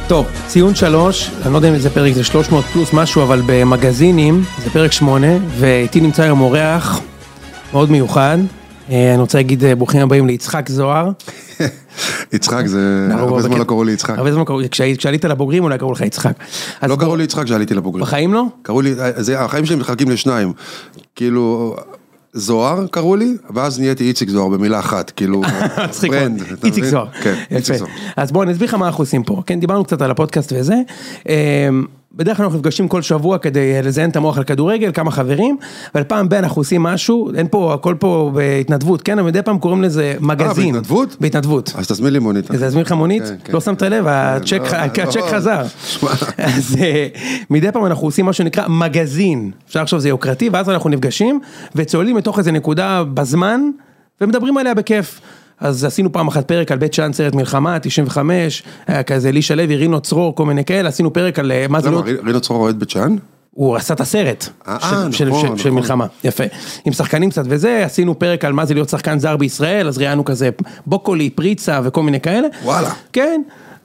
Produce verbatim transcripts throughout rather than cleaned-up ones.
טוב, ציון שלוש, אני לא יודע אם איזה פרק זה שלוש מאות פלוס משהו, אבל במגזינים זה פרק שמונה, ואיתי נמצא היום אורח מאוד מיוחד. אני רוצה להגיד ברוכים הבאים ליצחק זוהר. יצחק זה, הרבה זמן לא קראו לי יצחק. הרבה זמן קראו לי, כשעלית לבוגרים אולי קראו לך יצחק. לא קראו לי יצחק כשעליתי לבוגרים. בחיים לא? קראו לי, החיים שלי מתחלקים לשניים. כאילו, זוהר קראו לי, ואז נהייתי איציק זוהר במילה אחת, כאילו, ברנד. איציק זוהר. כן, איציק זוהר. אז בואו נסביר לך מה אנחנו עושים פה. כן, דיברנו קצת על הפודקאסט וזה. בדרך כלל אנחנו נפגשים כל שבוע כדי לזיין את המוח על כדורגל, כמה חברים, אבל פעם בין אנחנו עושים משהו, אין פה, הכל פה בהתנדבות, כן? אבל מדי פעם קוראים לזה מגזין. אה, בהתנדבות? בהתנדבות. אז תזמין לי מונית. אז תזמין לך מונית? לא שמת לב, הצ'ק חזר. אז מדי פעם אנחנו עושים משהו שנקרא מגזין. אפשר לחשוב זה יוקרתי, ואז אנחנו נפגשים, וצועלים לתוך איזה נקודה בזמן, ומדברים עליה בכיף. אז עשינו פעם אחת פרק על בית שאן סרט מלחמה, תשעים וחמש, היה כזה לישה לוי, רינו צרור, כל מיני כאלה, עשינו פרק על מה זה לא... רינו צרור אוהד בית שאן? הוא עשה את הסרט של מלחמה, יפה. עם שחקנים קצת וזה, עשינו פרק על מה זה להיות שחקן זר בישראל, אז ראינו כזה בוקולי, פריצה וכל מיני כאלה. וואלה. כן,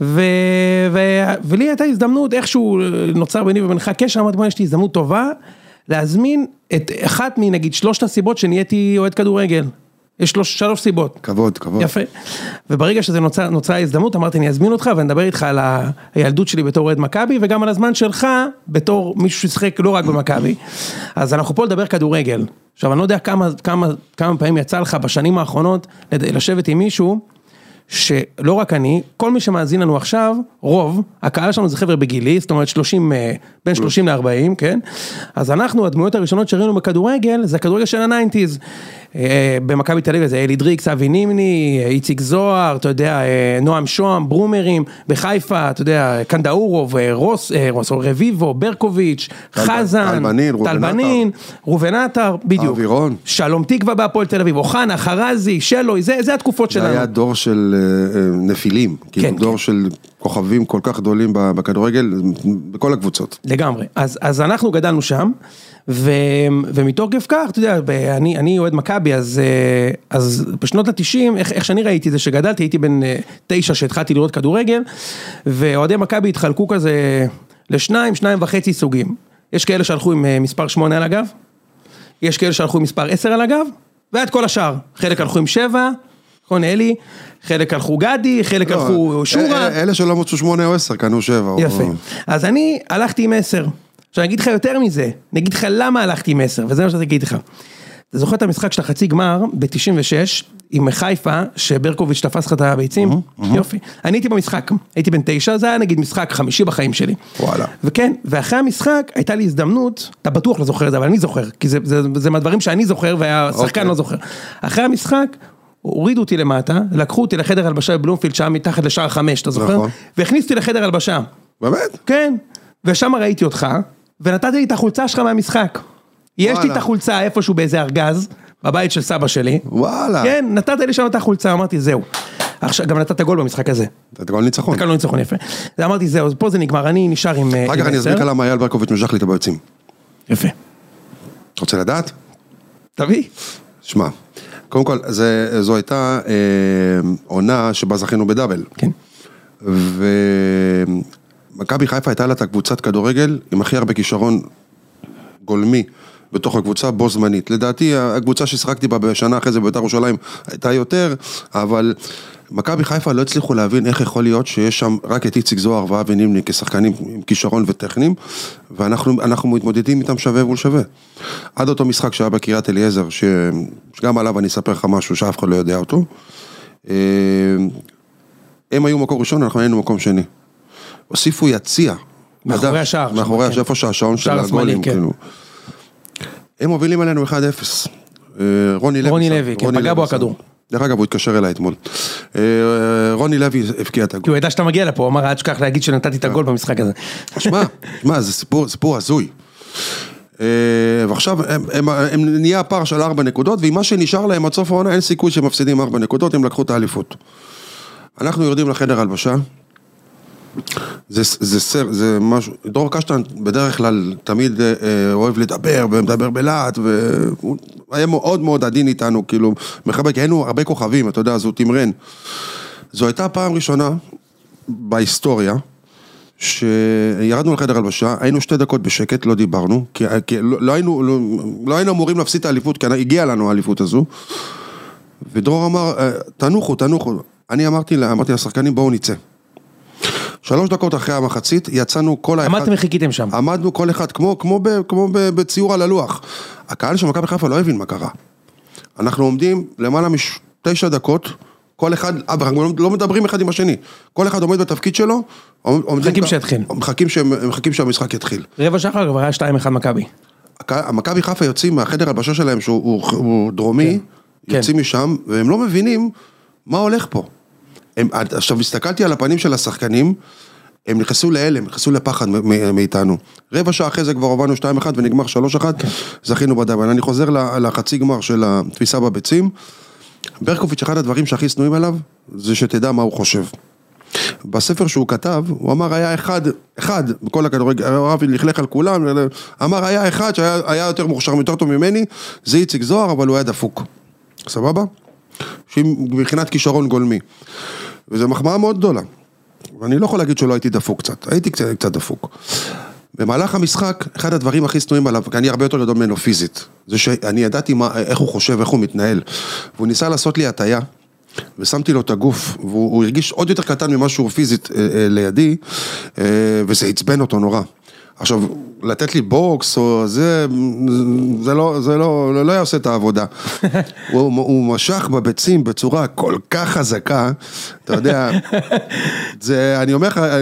ולי הייתה הזדמנות, איכשהו נוצר ביני ובינך קשר, אמרתי, בוא, יש לי הזדמנות טובה, להזמין את אחת מנגיד שלושת הסיבות שנהייתי אוהד כדורגל. יש לו שלוש סיבות. כבוד, כבוד. יפה. וברגע שזה נוצר, נוצרה הזדמנות, אמרתי, אני אזמין אותך ונדבר איתך על הילדות שלי בתור אוהד מכבי, וגם על הזמן שלך בתור מישהו ששחק לא רק במכבי. אז אנחנו פה לדבר כדורגל. עכשיו, אני לא יודע כמה, כמה, כמה פעמים יצא לך בשנים האחרונות לשבת עם מישהו, שלא רק אני, כל מי שמאזין לנו עכשיו, רוב, הקהל שלנו זה חבר'ה בגילי, זאת אומרת שלושים, בין שלושים ל-ארבעים, כן? אז אנחנו, הדמויות הראשונות שראינו בכדורגל, זה הכדורגל של הניינטיז. במכבי תל אביב זה אלי דריקס, אבי נימני, איציק זוהר, אתה יודע, נועם שוהם, ברומרים, בחיפה, אתה יודע, קנדאורוב, רוס, רוס, רביבו, ברקוביץ', חזן, טלבנין, טלבנין, רובן עטר, בדיוק. אווירון. שלום תקווה בהפועל תל אביב, אוחנה, חרזי, שלוי, זה, זה התקופות שלנו. זה היה דור של נפילים, כאילו כן, דור כן. של כוכבים כל כך גדולים בכדורגל, בכל הקבוצות. לגמרי. אז, אז אנחנו גדלנו שם, ו, ומתוקף כך, אתה יודע, אני, אני אוהד מכבי, אז, אז בשנות ה-תשעים, איך, איך שאני ראיתי זה שגדלתי, הייתי בן תשע שהתחלתי לראות כדורגל, ואוהדי מכבי התחלקו כזה לשניים, שניים וחצי סוגים. יש כאלה שהלכו עם מספר שמונה על הגב, יש כאלה שהלכו עם מספר עשר על הגב, ועד כל השאר. חלק הלכו עם שבע, נכון אלי, חלק הלכו גדי, חלק הלכו שורה. אלה שלא מוצאו שמונה או עשר, קנו שבע. יפה. אז אני הלכתי עם עשר. עכשיו אני אגיד לך יותר מזה, אני אגיד לך למה הלכתי עם עשר, וזה מה שאני אגיד לך. אתה זוכר את המשחק של החצי גמר ב-תשעים ושש, עם חיפה, שברקוביץ' תפס לך את הביצים? יופי. אני הייתי במשחק, הייתי בן תשע, זה היה נגיד משחק חמישי בחיים שלי. וואלה. וכן, ואחרי המשחק הייתה לי הזדמנות, אתה בטוח לא זוכר את זה, אבל אני זוכר, כי זה, זה, זה מהדברים שאני זוכר, והשחקן לא זוכר. אחרי המשחק, הורידו אותי למטה, לקחו אותי לחדר הלבשה בבלומפילד, שעה מתחת לשער חמש, אתה זוכר? והכניסו אותי לחדר הלבשה. באמת? כן. ושם ראיתי אותך, ונתתי לי את החולצה שלך מהמשחק. יש לי את החולצה איפשהו באיזה ארגז, בבית של סבא שלי. וואלה. כן, נתת לי שם את החולצה, אמרתי זהו. עכשיו, גם נתת גול במשחק הזה. נתת גול ניצחון. נתת גול ניצחון, יפה. אמרתי זהו, פה זה נגמר, אני נשאר עם... אחר כך אני אסביר לך למה אייל ברקוביץ' משך לי את הביצים. יפה. רוצה לדעת? תביא. שמע, קודם כל, זה, זו הייתה אה, עונה שבה זכינו בדאבל. כן. ומכבי חיפה הייתה לה את הקבוצת כדורגל עם הכי הרבה כישרון גולמי בתוך הקבוצה בו זמנית. לדעתי, הקבוצה ששחקתי בה בשנה אחרי זה בבית"ר ירושלים הייתה יותר, אבל מכבי חיפה לא הצליחו להבין איך יכול להיות שיש שם רק את איציק זוהר ואבי נימני כשחקנים עם כישרון וטכנים, ואנחנו אנחנו מתמודדים איתם שווה מול שווה. עד אותו משחק שהיה בקריית אליעזר, שגם עליו אני אספר לך משהו שאף אחד לא יודע אותו. הם היו מקום ראשון, אנחנו היינו מקום שני. הוסיפו יציע. מאחורי השער. מאחורי השער, איפה שהשעון של הגולים. הם מובילים עלינו אחד אפס. רוני לוי. רוני לוי, כן, פגע בו הכדור. דרך אגב, הוא התקשר אליי אתמול. רוני לוי הפקיע את הגול. כי הוא ידע שאתה מגיע לפה, הוא אמר, עד שכח להגיד שנתתי את הגול במשחק הזה. שמע, שמע, זה סיפור, סיפור הזוי. ועכשיו, הם נהיה פער של ארבע נקודות, ועם מה שנשאר להם עד סוף העונה, אין סיכוי שהם מפסידים ארבע נקודות, הם לקחו את האליפות. אנחנו יורדים לחדר הלבשה, זה, זה, זה, זה משהו, דור קשטן בדרך כלל תמיד אה, אוהב לדבר, ומדבר בלעט, והוא היה מאוד מאוד עדין איתנו, כאילו, מחבק, היינו הרבה כוכבים, אתה יודע, זו תמרן. זו הייתה פעם ראשונה בהיסטוריה, שירדנו לחדר הלבשה, היינו שתי דקות בשקט, לא דיברנו, כי, כי לא, לא, היינו, לא, לא היינו אמורים להפסיד את האליפות, כי הגיעה לנו האליפות הזו, ודרור אמר, תנוחו, תנוחו, אני אמרתי, אמרתי לשחקנים, בואו נצא. שלוש דקות אחרי המחצית, יצאנו כל האחד... עמדתם וחיכיתם שם. עמדנו כל אחד, כמו, כמו, ב, כמו ב, בציור על הלוח. הקהל של מכבי חיפה לא הבין מה קרה. אנחנו עומדים למעלה מתשע דקות, כל אחד, אנחנו לא מדברים אחד עם השני, כל אחד עומד בתפקיד שלו, מחכים שיתחיל. מחכים, מחכים שהמשחק יתחיל. רבע שחר כבר היה שתיים אחד מכבי. המכבי חיפה יוצאים מהחדר הלבשה שלהם, שהוא הוא, הוא דרומי, כן. יוצאים כן. משם, והם לא מבינים מה הולך פה. הם, עכשיו הסתכלתי על הפנים של השחקנים, הם נכנסו להלם, נכנסו לפחד מאיתנו. רבע שעה אחרי זה כבר הובנו שתיים אחד ונגמר שלוש אחת, כן. זכינו בדבר. אני חוזר לחצי גמר של התפיסה בביצים, ברקוביץ' אחד הדברים שהכי שנואים עליו, זה שתדע מה הוא חושב. בספר שהוא כתב, הוא אמר היה אחד, אחד, בכל הכדורגל, הרב לכלך על כולם, אמר היה אחד שהיה יותר מוכשר, יותר טוב ממני, זה איציק זוהר, אבל הוא היה דפוק. סבבה? מבחינת כישרון גולמי. וזו מחמאה מאוד גדולה. ואני לא יכול להגיד שלא הייתי דפוק קצת, הייתי קצת, קצת דפוק. במהלך המשחק, אחד הדברים הכי שנואים עליו, כי אני הרבה יותר גדול ממנו פיזית, זה שאני ידעתי מה, איך הוא חושב, איך הוא מתנהל, והוא ניסה לעשות לי הטיה, ושמתי לו את הגוף, והוא הרגיש עוד יותר קטן ממה שהוא פיזית אה, אה, לידי, אה, וזה עצבן אותו נורא. עכשיו, לתת לי בוקס, או זה, זה לא, זה לא, לא, לא יעשה את העבודה. הוא, הוא משך בביצים בצורה כל כך חזקה, אתה יודע, זה, אני אומר לך,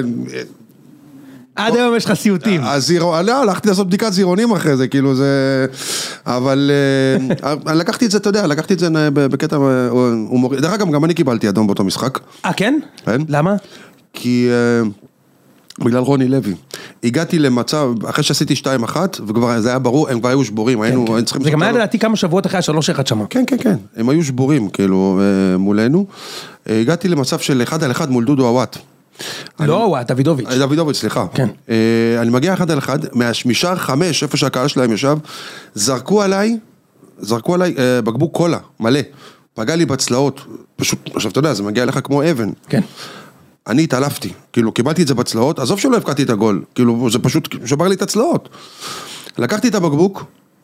עד היום יש לך סיוטים. הזירון, לא, הלכתי לעשות בדיקת זירונים אחרי זה, כאילו זה, אבל לקחתי את זה, אתה יודע, לקחתי את זה בקטע הומורי, דרך אגב, גם אני קיבלתי אדום באותו משחק. אה, כן? כן. למה? כי, בגלל רוני לוי. הגעתי למצב, אחרי שעשיתי שתיים אחת, וכבר זה היה ברור, הם כבר היו שבורים, היינו צריכים... זה גם היה לדעתי כמה שבועות אחרי השלוש אחד שם. כן, כן, כן, הם היו שבורים, כאילו, מולנו. הגעתי למצב של אחד על אחד מול דודו אוואט. לא אוואט, דוידוביץ'. דוידוביץ', סליחה. כן. אני מגיע אחד על אחד, משער חמש, איפה שהקהל שלהם ישב, זרקו עליי, זרקו עליי בקבוק קולה, מלא. פגע לי בצלעות, פשוט, עכשיו אתה יודע, זה מגיע לך כמו אבן. כן. אני התעלפתי, כאילו קיבלתי את זה בצלעות, עזוב שלא הפקעתי את הגול, כאילו זה פשוט שבר לי את הצלעות. לקחתי את הבקבוק,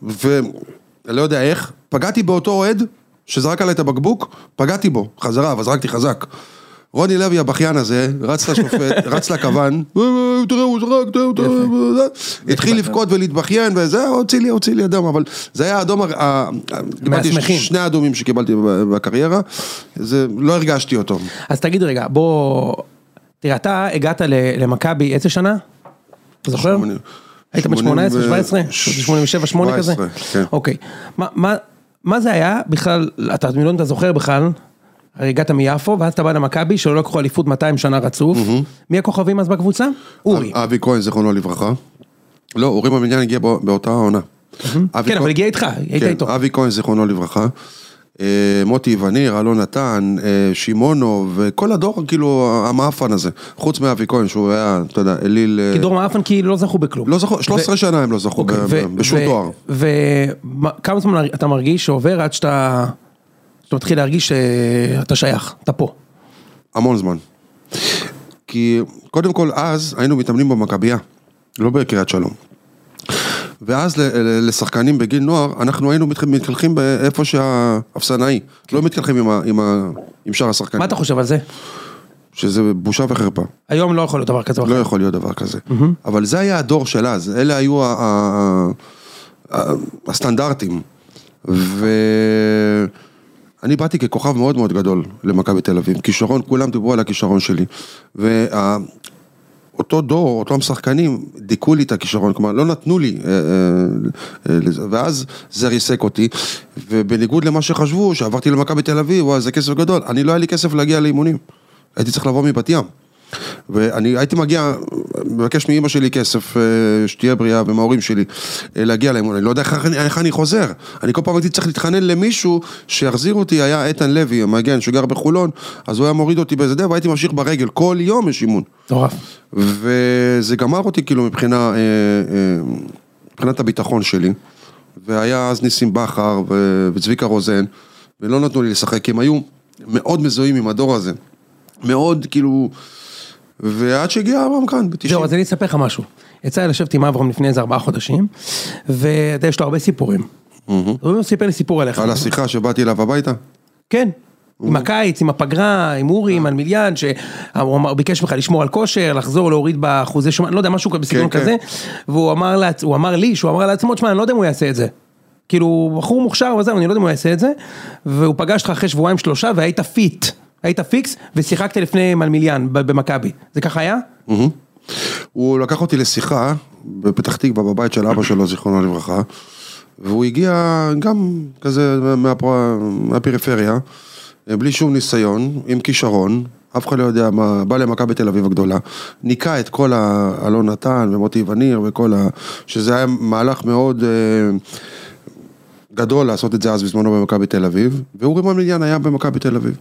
ולא יודע איך, פגעתי באותו אוהד, שזרק עליי את הבקבוק, פגעתי בו, חזרה, אבל זרקתי חזק. רוני לוי הבכיין הזה, רץ לשופט, רץ לכוון, תראה, הוא זרק, התחיל לבכות ולהתבכיין, וזה, הוציא לי, הוציא לי אדום, אבל זה היה האדום, קיבלתי שני האדומים שקיבלתי בקריירה, לא הרגשתי אותו. אז תגיד רגע, בוא, תראה, אתה הגעת למכבי איזה שנה? אתה זוכר? היית בן שמונה עשרה, שבע עשרה? שמונים ושבע, שמונה כזה? אוקיי. מה זה היה בכלל, אתה מילון, אתה זוכר בכלל, הרי הגעת מיפו, ואז אתה בא למכבי, שלא לקחו אליפות מאתיים שנה רצוף. מי הכוכבים אז בקבוצה? אורי. אבי כהן, זכרונו לברכה. לא, אורי במניין הגיע באותה העונה. כן, אבל הגיע איתך, היית איתו. אבי כהן, זכרונו לברכה. מוטי וניר, אלון נתן, שימונו, וכל הדור, כאילו, המאפן הזה. חוץ מאבי כהן, שהוא היה, אתה יודע, אליל... כי דור מאפן, כי לא זכו בכלום. לא זכו, שלוש עשרה שנה הם לא זכו בשום תואר. וכמה זמן אתה מרגיש שעובר עד שאתה... אתה מתחיל להרגיש שאתה שייך, אתה פה. המון זמן. כי קודם כל אז היינו מתאמנים במכבייה, לא בקריית שלום. ואז לשחקנים בגיל נוער, אנחנו היינו מתקלחים באיפה שהאפסנאי, לא מתקלחים עם שאר השחקנים. מה אתה חושב על זה? שזה בושה וחרפה. היום לא יכול להיות דבר כזה. לא יכול להיות דבר כזה. אבל זה היה הדור של אז, אלה היו הסטנדרטים. ו... אני באתי ככוכב מאוד מאוד גדול למכבי תל אביב, כישרון, כולם דיברו על הכישרון שלי, ואותו דור, אותם שחקנים, דיכו לי את הכישרון, כלומר, לא נתנו לי, ואז זה ריסק אותי, ובניגוד למה שחשבו, שעברתי למכבי תל אביב, וואי, זה כסף גדול, אני לא היה לי כסף להגיע לאימונים, הייתי צריך לבוא מבת ים, ואני הייתי מגיע, מבקש מאמא שלי כסף, שתהיה בריאה, ומההורים שלי, להגיע לאמון, אני לא יודע איך אני חוזר, אני כל פעם הייתי צריך להתחנן למישהו, שיחזיר אותי, היה איתן לוי, המגן, שגר בחולון, אז הוא היה מוריד אותי באיזה דבר, והייתי ממשיך ברגל, כל יום יש אימון. וזה גמר אותי כאילו מבחינה, מבחינת הביטחון שלי, והיה אז ניסים בחר, וצביקה רוזן, ולא נתנו לי לשחק, כי הם היו מאוד מזוהים עם הדור הזה, מאוד כאילו, ועד שהגיע אברהם כאן, ב-תשעים. זהו, אז אני אספר לך משהו. יצא לי לשבת עם אברהם לפני איזה ארבעה חודשים, ויש לו הרבה סיפורים. הוא סיפר לי סיפור עליך. על השיחה שבאתי אליו הביתה? כן. עם הקיץ, עם הפגרה, עם אורי, עם אלמיליאן, שהוא ביקש ממך לשמור על כושר, לחזור, להוריד באחוזי שומן, לא יודע, משהו בסגנון כזה, והוא אמר לי, שהוא אמר לעצמו, תשמע, אני לא יודע אם הוא יעשה את זה. כאילו, בחור מוכשר וזה, אני לא יודע אם הוא יעשה את זה, והוא פגש לך אחרי שבועיים שלושה, והיית פיט, היית פיקס, ושיחקת לפני אלמיליאן במכבי. זה ככה היה? הוא לקח אותי לשיחה, בפתח תקווה, בבית של אבא שלו, זיכרונו לברכה, והוא הגיע גם כזה מהפריפריה, בלי שום ניסיון, עם כישרון, אף אחד לא יודע מה, בא למכבי בתל אביב הגדולה, ניקה את כל האלון נתן ומוטי וניר וכל ה... שזה היה מהלך מאוד אה, גדול לעשות את זה אז בזמנו במכבי בתל אביב, ואורי אלמיליאן היה במכבי בתל אביב.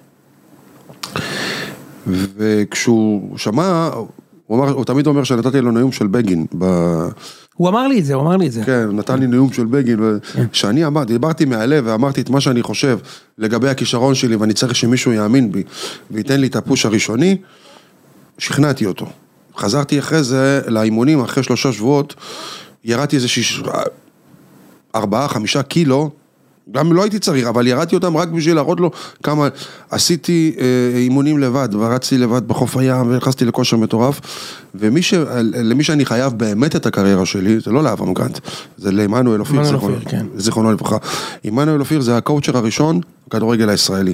וכשהוא שמע, הוא, אמר, הוא תמיד אומר שנתתי לו נאום של בגין ב... הוא אמר לי את זה, הוא אמר לי את זה. כן, הוא נתן לי נאום של בגין, שאני אמרתי, דיברתי מהלב ואמרתי את מה שאני חושב לגבי הכישרון שלי, ואני צריך שמישהו יאמין בי, וייתן לי את הפוש הראשוני, שכנעתי אותו. חזרתי אחרי זה לאימונים, אחרי שלושה שבועות, ירדתי איזה שיש... ארבעה, חמישה קילו, גם לא הייתי צריך, אבל ירדתי אותם רק בשביל להראות לו כמה, עשיתי אה, אימונים לבד, ורצתי לבד בחוף הים, ונכנסתי לכושר מטורף, ומי ש... למי שאני חייב באמת את הקריירה שלי, זה לא לאברהם גרנט, זה לעמנואל אופיר, זיכרונו, כן. זיכרונו לברכה. עמנואל אופיר זה הקואוצ'ר הראשון, הכדורגל הישראלי.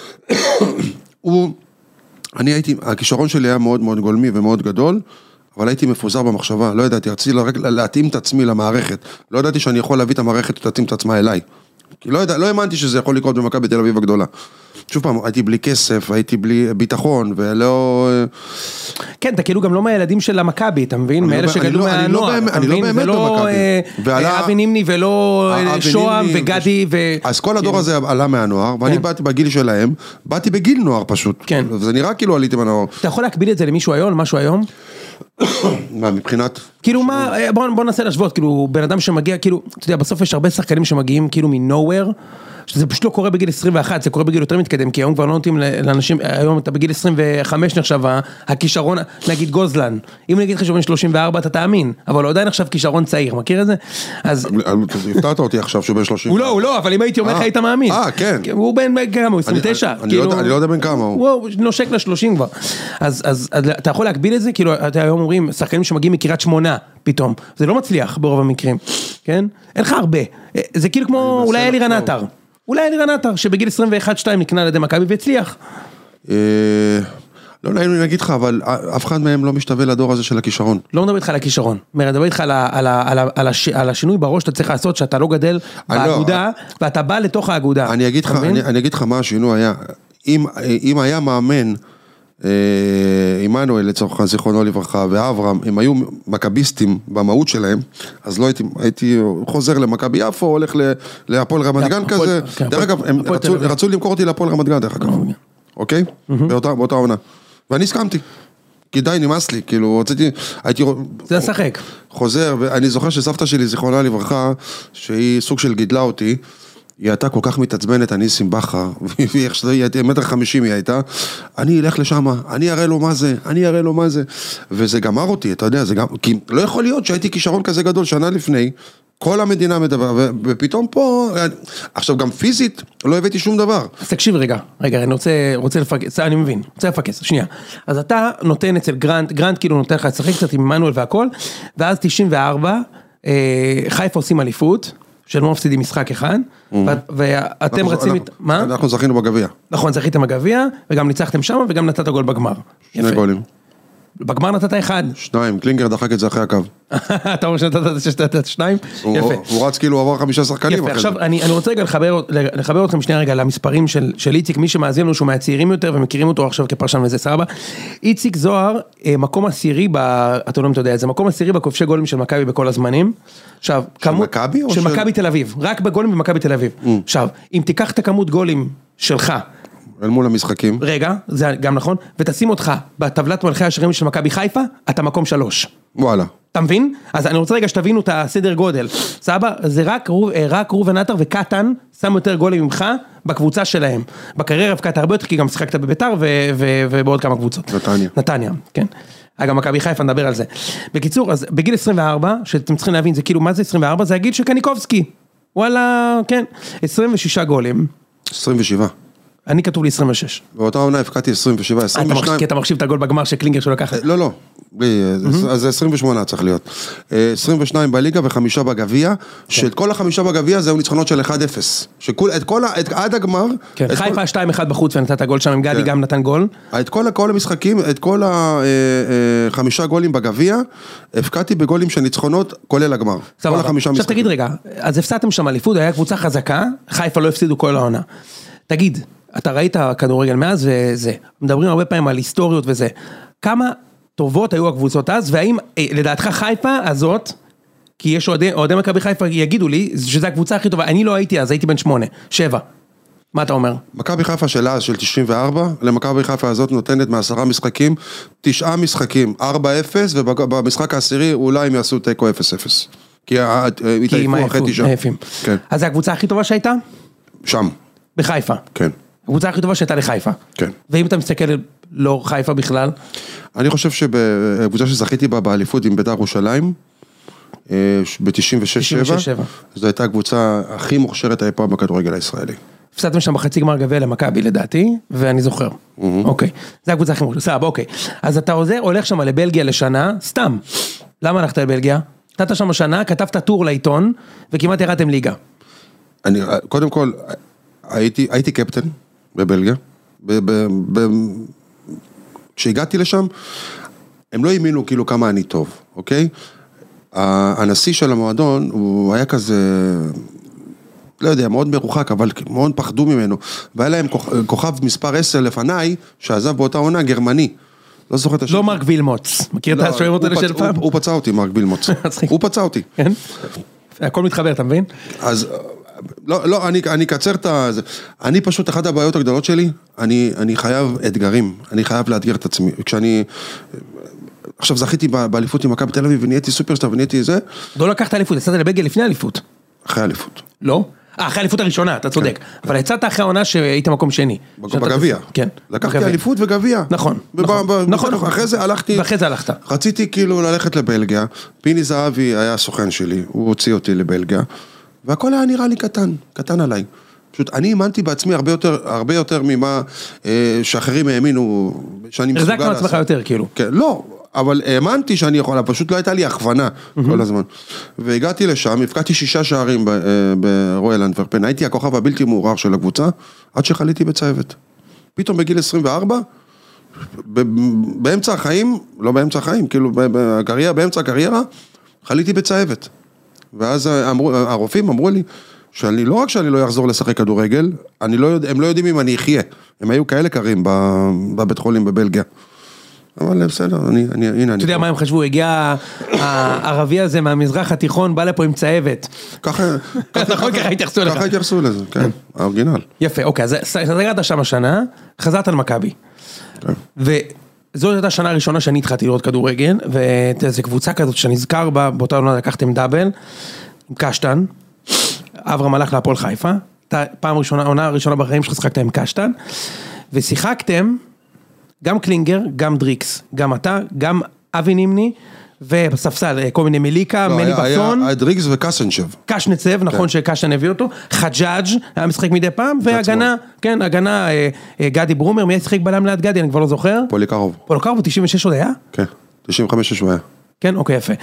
הוא, אני הייתי, הכישרון שלי היה מאוד מאוד גולמי ומאוד גדול, אבל הייתי מפוזר במחשבה, לא ידעתי, רציתי רק להתאים את עצמי למערכת, לא ידעתי שאני יכול להביא את המערכת ותתאים את עצמה אליי. כי לא ידע, לא האמנתי שזה יכול לקרות במכבי בתל אביב הגדולה. שוב פעם, הייתי בלי כסף, הייתי בלי ביטחון, ולא... כן, אתה כאילו גם לא מהילדים של המכבי, אתה מבין? מאלה שגדלו מהנוער, אתה מבין? זה לא אבי נימני ולא שוהם וגדי ו... אז כל הדור הזה עלה מהנוער, ואני באתי בגיל שלהם, באתי בגיל נוער פשוט. כן. וזה נראה כאילו עליתי מהנוער. אתה יכול להקביל את זה למישהו היום, למשהו היום? מה, מבחינת... כאילו מה, בוא, בוא ננסה להשוות, כאילו, בן אדם שמגיע, כאילו, אתה יודע, בסוף יש הרבה שחקנים שמגיעים, כאילו, מ-nowhere, שזה פשוט לא קורה בגיל עשרים ואחת, זה קורה בגיל יותר מתקדם, כי היום כבר לא נותנים לאנשים, היום אתה בגיל עשרים וחמש נחשב, הכישרון, נגיד גוזלן, אם נגיד לך שבין שלושים וארבע, אתה תאמין, אבל הוא עדיין עכשיו כישרון צעיר, מכיר את זה? אז... הפתעת אותי עכשיו שהוא בן שלושים. הוא לא, הוא לא, אבל אם הייתי אומר לך, היית מאמין. אה, כן. הוא בן כמה, הוא עשרים ותשע. אני לא יודע בין כמה הוא. הוא נושק ל-שלושים כבר. אז אתה יכול להקביל את זה, כאילו, אתה היום אומרים, שחקנים שמגיעים מקריית שמונה, פתאום. זה לא מצליח ברוב המקרים, כן? אין לך הרבה. זה כאילו כמו אולי אלירן עטר. אולי אלירן עטר, שבגיל עשרים ואחת שתיים נקנה לידי מכבי והצליח. לא נעים לי להגיד לך, אבל אף אחד מהם לא משתווה לדור הזה של הכישרון. לא מדבר איתך על הכישרון. מדבר איתך על השינוי בראש שאתה צריך לעשות, שאתה לא גדל באגודה, ואתה בא לתוך האגודה. אני אגיד לך מה השינוי היה. אם היה מאמן, עמנואל לצורך זיכרונו לברכה ואברהם, הם היו מכביסטים במהות שלהם, אז לא הייתי, הייתי חוזר למכבי יפו, הולך להפועל רמת גן כזה, דרך אגב, הם רצו למכור אותי להפועל רמת גן דרך אגב, אוקיי? באותה עונה, ואני הסכמתי, כי די נמאס לי, כאילו רציתי, הייתי... זה לשחק. חוזר, ואני זוכר שסבתא שלי זיכרונה לברכה, שהיא סוג של גידלה אותי, היא הייתה כל כך מתעצבנת, אני סימבחה, והיא הייתה מטר חמישים היא הייתה, אני אלך לשם, אני אראה לו מה זה, אני אראה לו מה זה, וזה גמר אותי, אתה יודע, זה גם, כי לא יכול להיות שהייתי כישרון כזה גדול שנה לפני, כל המדינה מדבר, ופתאום פה, עכשיו גם פיזית, לא הבאתי שום דבר. אז תקשיב רגע, רגע, אני רוצה, רוצה לפקס, אני מבין, רוצה לפקס, שנייה, אז אתה נותן אצל גרנט, גרנט כאילו נותן לך לשחק קצת עם עמנואל והכל, ואז תשעים וארבע, חיפה עושים אליפות, של לא מפסידים משחק אחד, ואתם רצים... מה? אנחנו זכינו בגביע. נכון, זכיתם בגביע, וגם ניצחתם שם, וגם נתת גול בגמר. שני גולים. בגמר נתת אחד. שניים, קלינגר דחק את זה אחרי הקו. אתה אומר שנתת שניים? יפה. הוא רץ כאילו עבר חמישה שחקנים. יפה, עכשיו אני רוצה רגע לחבר אתכם שנייה רגע למספרים של איציק, מי שמאזין לנו שהוא מהצעירים יותר, ומכירים אותו עכשיו כפרשן וזה סבבה. איציק זוהר, מקום עשירי, אתה לא יודע, זה מקום עשירי בכובשי גולים של מכבי בכל הזמנים. עכשיו, של מכבי או של מכבי תל אביב, רק בגולים במכבי תל אביב. עכשיו, אם תיקח את הכמות גולים שלך, אל מול המשחקים. רגע, זה גם נכון, ותשים אותך בטבלת מלכי השערים של מכבי חיפה, אתה מקום שלוש. וואלה. אתה מבין? אז אני רוצה רגע שתבינו את הסדר גודל. סבא, זה רק, רק ראובן עטר וקטן שם יותר גולים ממך בקבוצה שלהם. בקריירה הבקעת הרבה יותר, כי גם שיחקת בביתר ו- ו- ובעוד כמה קבוצות. נתניה. נתניה, כן. אגב, מכבי חיפה, נדבר על זה. בקיצור, אז בגיל עשרים וארבע, שאתם צריכים להבין, זה כאילו, מה זה עשרים וארבע? זה הגיל של קניקובסקי. וואלה, כן. עשרים ושישה גולים. עשרים ושבע. אני כתוב לי עשרים ושש. באותה עונה הפקעתי עשרים ושבע, עשרים ושתיים. כי אתה מחשיב את הגול בגמר של קלינגר שלו ככה. לא, לא. אז זה עשרים ושמונה צריך להיות. עשרים ושתיים בליגה וחמישה בגביע, שאת כל החמישה בגביע זהו ניצחונות של אחד אפס. שאת כל, עד הגמר... חיפה שתיים אחד בחוץ ונתת הגול שם עם גדי גם נתן גול. את כל המשחקים, את כל החמישה גולים בגביע, הפקעתי בגולים של ניצחונות, כולל הגמר. כל החמישה משחקים. עכשיו תגיד רגע, אז הפסדתם שם אליפות, היה קבוצה חזקה, חיפה לא הפסידו כל העונה. תגיד, אתה ראית כדורגל מאז וזה, מדברים הרבה פעמים על היסטוריות וזה, כמה טובות היו הקבוצות אז, והאם לדעתך חיפה הזאת, כי יש אוהדי מכבי חיפה יגידו לי, שזו הקבוצה הכי טובה, אני לא הייתי אז, הייתי בן שמונה, שבע, מה אתה אומר? מכבי חיפה שלה של תשעים וארבע, למכבי חיפה הזאת נותנת מעשרה משחקים, תשעה משחקים, ארבע אפס, ובמשחק העשירי אולי הם יעשו תיקו אפס אפס. כי התעייפו אחרי תשעה. אז זה הקבוצה הכי טובה שהייתה? שם. בחיפה? כן. הקבוצה הכי טובה שהייתה לחיפה. כן. ואם אתה מסתכל לא חיפה בכלל? אני חושב שבקבוצה שזכיתי בה באליפות עם בית"ר ירושלים, ב-תשעים ושש שבע, זו הייתה הקבוצה הכי מוכשרת אי פעם בכדורגל הישראלי. הפסדתם שם בחצי גמר גביע למכבי לדעתי, ואני זוכר. אוקיי. זה הקבוצה הכי מוכשרת. סבבה, אוקיי. אז אתה הולך שם לבלגיה לשנה, סתם. למה הלכת לבלגיה? נתת שם שנה, כתבת טור לעיתון, וכמעט ירדתם ליגה. אני, קודם כל, הייתי, הייתי קפטן בבלגיה, ב, ב, ב, כשהגעתי לשם, הם לא האמינו כאילו כמה אני טוב, אוקיי? הנשיא של המועדון, הוא היה כזה, לא יודע, מאוד מרוחק, אבל מאוד פחדו ממנו, והיה להם כוכב מספר עשר לפניי, שעזב באותה עונה גרמני, לא זוכר את השם. לא מרק וילמוץ, מכיר את השוערות האלה של פעם? הוא פצע אותי, מרק וילמוץ, הוא פצע אותי. כן? הכל מתחבר, אתה מבין? אז... לא, לא, אני, אני קצר את זה. אני פשוט, אחת הבעיות הגדולות שלי, אני, אני חייב אתגרים, אני חייב לאתגר את עצמי. כשאני, עכשיו זכיתי באליפות עם מכבי תל אביב, ונהייתי סופרסטאר, ונהייתי זה. לא לקחת אליפות, יצאת לבלגיה לפני אליפות. אחרי אליפות. לא? אה, אחרי אליפות הראשונה, אתה צודק. אבל יצאת אחרי העונה שהיית מקום שני. בגביע. כן. לקחתי אליפות וגביע. נכון. נכון. אחרי זה הלכתי. ואחרי זה הלכת. רציתי כאילו ללכת לבלגיה. פיני זהבי היה סוכן שלי, הוא הוציא אותי לבלגיה. והכל היה נראה לי קטן, קטן עליי. פשוט אני האמנתי בעצמי הרבה יותר, הרבה יותר ממה אה, שאחרים האמינו שאני מסוגל לעשות. הרזקת מעצמך יותר, כאילו. כן, לא, אבל האמנתי שאני יכול, פשוט לא הייתה לי הכוונה mm-hmm. כל הזמן. והגעתי לשם, הפקעתי שישה שערים ב, אה, ברויאל אנטוורפן, הייתי הכוכב הבלתי מעורר של הקבוצה, עד שחליתי בצוות. פתאום בגיל עשרים וארבע, ב, באמצע החיים, לא באמצע החיים, כאילו בקריירה, באמצע הקריירה, חליתי בצוות. ואז אמרו, הרופאים אמרו לי, שאני לא רק שאני לא אחזור לשחק כדורגל, אני לא יודע, הם לא יודעים אם אני אחיה. הם היו כאלה קרים בבית חולים בבלגיה. אבל בסדר, אני, אני, הנה אני... אתה יודע מה הם חשבו, הגיע הערבי הזה מהמזרח התיכון, בא לפה עם צהבת. ככה, נכון, ככה התייחסו לך. ככה התייחסו לזה, כן, האורגינל. יפה, אוקיי, אז הגעת שם השנה, חזרת על מכבי. וזאת הייתה השנה הראשונה שאני התחלתי לראות כדורגל, וזו קבוצה כזאת שנזכר בה, באותה עונה לקחתם דאבל, עם קשטן, אברהם הלך להפועל חיפה, פעם ראשונה, עונה הראשונה בחיים ששחקתם עם קשטן, ושיחקתם גם קלינגר, גם דריקס, גם אתה, גם אבי נימני, ובספסל כל מיני מליקה, מני בסון. היה דריקס וקסנצ'ב. קשנצב, נכון שקשן הביא אותו, חג'אג' היה משחק מדי פעם, והגנה, כן, הגנה, גדי ברומר, מי ישחק בלם ליד גדי, אני כבר לא זוכר. פוליקרוב. פוליקרוב, תשעים ושש עוד היה? כן, תשעים וחמש שש הוא היה. כן, אוקיי, יפה.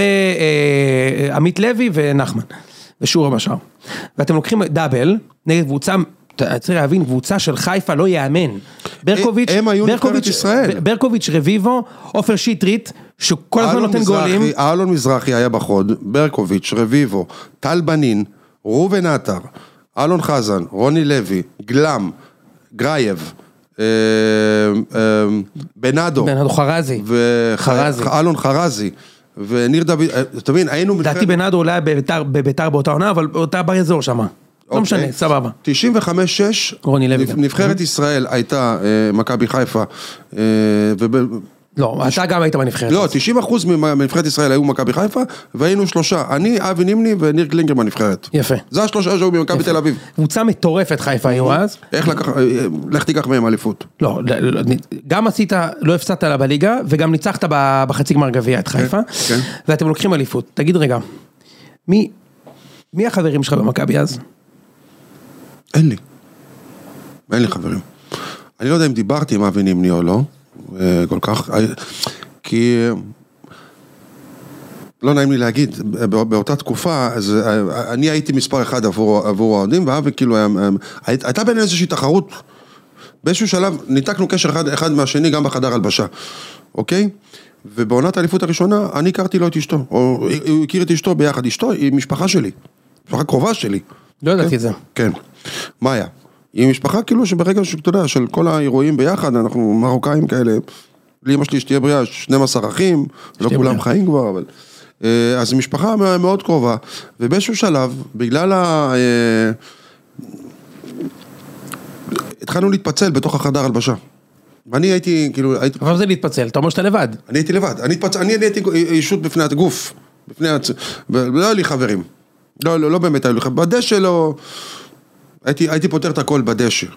ועמית לוי ונחמן, ושורה בשאר. ואתם לוקחים דאבל, נגד קבוצה, אתה צריך להבין, קבוצה של חיפה לא יאמן. ברקוביץ', הם היו נבחרת ישראל. ברקוביץ' רביבו, עופר שיטרית, שכל הזמן נותן גולים. אלון מזרחי היה בחוד, ברקוביץ', רביבו, טל בנין, ראובן עטר, אלון חזן, רוני לוי, גלם, גרייב, בנאדו. בנאדו חרזי. אלון חרזי. וניר דוד, אתה מבין, היינו... דעתי בנאדו אולי בביתר באותה עונה, אבל אותה באזור שמה. לא משנה, סבבה. תשעים וחמש שש, נבחרת ישראל הייתה מכבי חיפה, לא, אתה גם היית בנבחרת. לא, תשעים אחוז מנבחרת ישראל היו מכבי חיפה, והיינו שלושה, אני, אבי נימני וניר קלינגר בנבחרת. יפה. זה השלושה שהיו ממכבי תל אביב. קבוצה מטורפת חיפה היו אז. איך לקח, לך תיקח מהם אליפות. לא, גם עשית, לא הפסדת לה בליגה, וגם ניצחת בחצי גמר גביע את חיפה, ואתם לוקחים אליפות. תגיד רגע, מי, מי החברים שלך במכבי אז? אין לי. אין לי חברים. אני לא יודע אם דיברתי עם אבי נימני או לא, כל כך, כי לא נעים לי להגיד, באותה תקופה, אז אני הייתי מספר אחד עבור, עבור העודים, ואבי כאילו, הייתה בין איזושהי תחרות, באיזשהו שלב ניתקנו קשר אחד, אחד מהשני גם בחדר הלבשה, אוקיי? ובעונת האליפות הראשונה, אני הכרתי לו את אשתו, או הוא הכיר את אשתו ביחד, אשתו היא משפחה שלי, משפחה קרובה שלי. לא ידעתי את זה. כן, מה היה? היא משפחה כאילו שברגע שאתה יודע, של כל האירועים ביחד, אנחנו מרוקאים כאלה, לאמא שלי שתהיה בריאה, שנים עשר אחים, לא כולם חיים כבר, אבל... אז משפחה מאוד קרובה, ובאיזשהו שלב, בגלל ה... התחלנו להתפצל בתוך החדר הלבשה. ואני הייתי, כאילו... אבל זה להתפצל, אתה אומר שאתה לבד. אני הייתי לבד, אני התפצל, אני הייתי אישות בפני הגוף, בפני... לא היה לי חברים. לא, לא, לא באמת, היה לי חברים. בדשא לא... הייתי, הייתי פותר את הכל בדשא.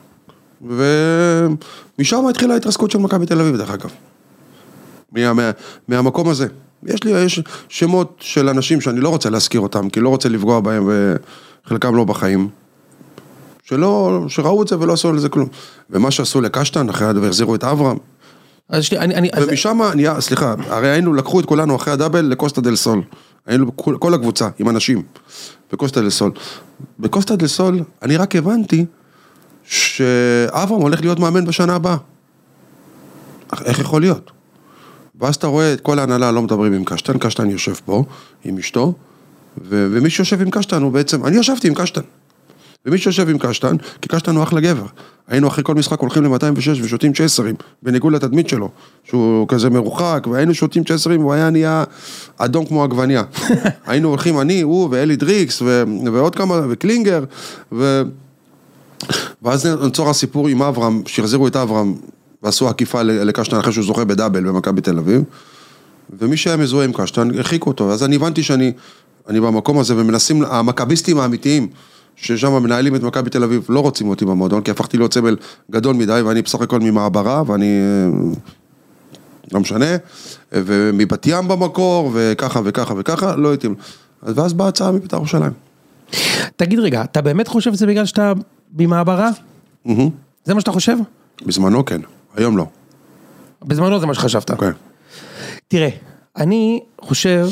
ומשם התחילה ההתרסקות של מכבי תל אביב, דרך אגב. מה, מה, מהמקום הזה. יש לי, יש שמות של אנשים שאני לא רוצה להזכיר אותם, כי לא רוצה לפגוע בהם, וחלקם לא בחיים. שלא, שראו את זה ולא עשו על זה כלום. ומה שעשו לקשטן, אחרי הדבר, החזירו את אברהם. אז שלי, אני, אני, ומשם, אז... אני, סליחה, הרי היינו, לקחו את כולנו אחרי הדאבל לקוסטה דל סול. היינו כל, כל הקבוצה, עם אנשים, בקוסטה דל סול. בקוסטה דל סול, אני רק הבנתי, שאברהם הולך להיות מאמן בשנה הבאה. איך יכול להיות? ואז אתה רואה את כל ההנהלה לא מדברים עם קשטן, קשטן יושב פה, עם אשתו, ו- ומי שיושב עם קשטן הוא בעצם, אני ישבתי עם קשטן, ומי שיושב עם קשטן, כי קשטן הוא אחלה גבר, היינו אחרי כל משחק הולכים ל-מאתיים ושש ושותים צ'סרים, בניגוד לתדמית שלו, שהוא כזה מרוחק, והיינו שותים צ'סרים, והוא היה נהיה אדום כמו עגבניה, היינו הולכים אני, הוא ואלי דריקס, ו- ועוד כמה, וקלינגר, ו... ואז נצור הסיפור עם אברהם, שהחזירו את אברהם, ועשו עקיפה לקשטן אחרי שהוא זוכה בדאבל במכבי תל אביב, ומי שהיה מזוהה עם קשטן, הרחיקו אותו, אז אני הבנתי שאני אני במקום הזה, ומנסים, המכביסטים האמיתיים, ששם מנהלים את מכבי תל אביב, לא רוצים אותי במועדון, כי הפכתי להיות סבל גדול מדי, ואני בסך הכל ממעברה, ואני לא משנה, ומבת ים במקור, וככה וככה וככה, לא הייתי, ואז באה הצעה מבית"ר ירושלים. תגיד רגע, אתה באמת חושב שזה בגלל שאתה במעברה? זה מה שאתה חושב? בזמנו כן, היום לא. בזמנו זה מה שחשבת. כן. תראה, אני חושב